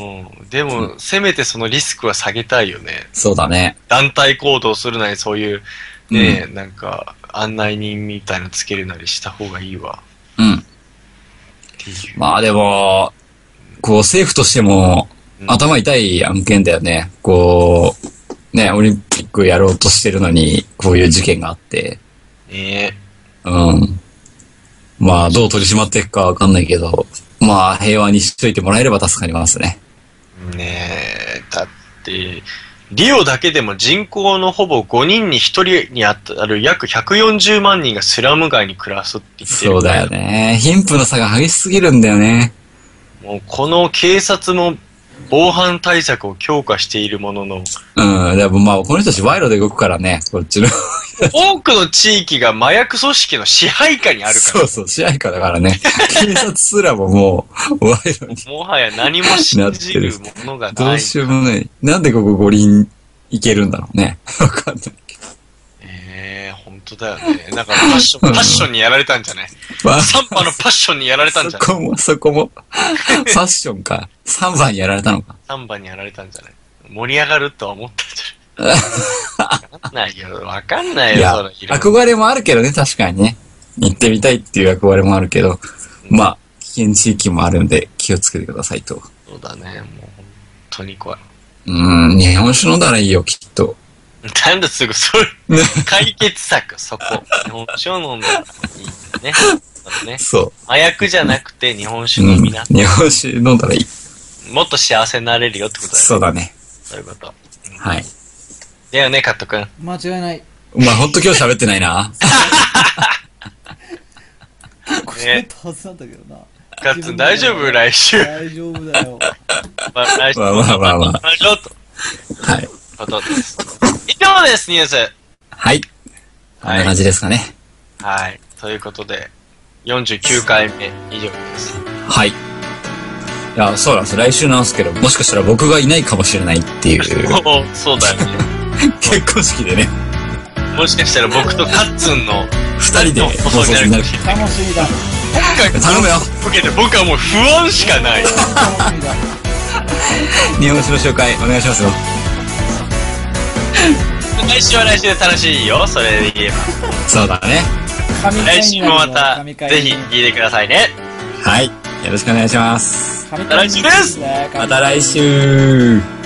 でも、うん、せめてそのリスクは下げたいよね。 そうだね。 団体行動するなり、そういう、ね、うん、なんか、案内人みたいなのつけるなりした方がいいわ。 うん。まあでも、こう、政府としても、頭痛い案件だよね。こう、ね、オリンピックやろうとしてるのに、こういう事件があって。 ねえ。うん。まあ、どう取り締まっていくかわかんないけど、まあ、平和にしといてもらえれば助かりますね。 ねえ、だって、リオだけでも人口のほぼごにんにひとりにあたる約ひゃくよんじゅうまんにんがスラム街に暮らすって言ってる。 そうだよね。貧富の差が激しすぎるんだよね。 もうこの警察も防犯対策を強化しているものの。 うん。でもまあ、この人たち賄賄で動くからね、こっちの。 多くの地域が麻薬組織の支配下にあるから。 そうそう、支配下だからね。警察すらももう、賄賂に。 もはや何も信じるものがない。 どうしようもない。なんでここ五輪行けるんだろうね。わかんないけど。 ええー、本当だよね。なんかパッション、パッションにやられたんじゃない、サンバのパッションにやられたんじゃないそこも、そこも。ファッションか。サンバにやられたのか。 サンバにやられたんじゃない盛り上がるとは思ったんじゃないわかんないよ。わかんないよ、 いや、憧れもあるけどね、確かにね。行ってみたいっていう憧れもあるけど、うん、まあ、危険地域もあるんで気をつけてくださいと。 そうだね、もう本当に怖い。 うん、日本酒飲んだらいいよ、きっと。 なんですぐ、それ、解決策、そこ。日本酒を飲んだらいいね。そうね。 そう。 麻薬じゃなくて日本酒飲みな、 うん。日本酒飲んだらいい。 もっと幸せになれるよってことだよね。 そうだね。 そういうこと。 うん、はい。 だよね、カット君。 間違いない。 お前ほんと今日喋ってないな。 ね。はずなんだけどな。 カッツン大丈夫来週。 大丈夫だよ。 まあ来週。 まあまあまあまあ。 はい。ことです。以上です、ニュース。 はい。こんな感じですかね。 はい。ということで、よんじゅうきゅうかいめ以上です。 はい。いや、そうなんです。来週なんですけど、もしかしたら僕がいないかもしれないっていう。 そうだよね。 結婚式でね。 もしかしたら僕とカッツンの二人で放送になる。 楽しみだ。 今回頼むよ。 僕はもう不安しかない。 楽しみだ。 日本酒の紹介お願いしますよ。 来週は来週で楽しいよ、それで言えば。 そうだね。 来週もまた、ぜひ聞いてくださいね。 はい。よろしくお願いします。 また来週です。 また来週。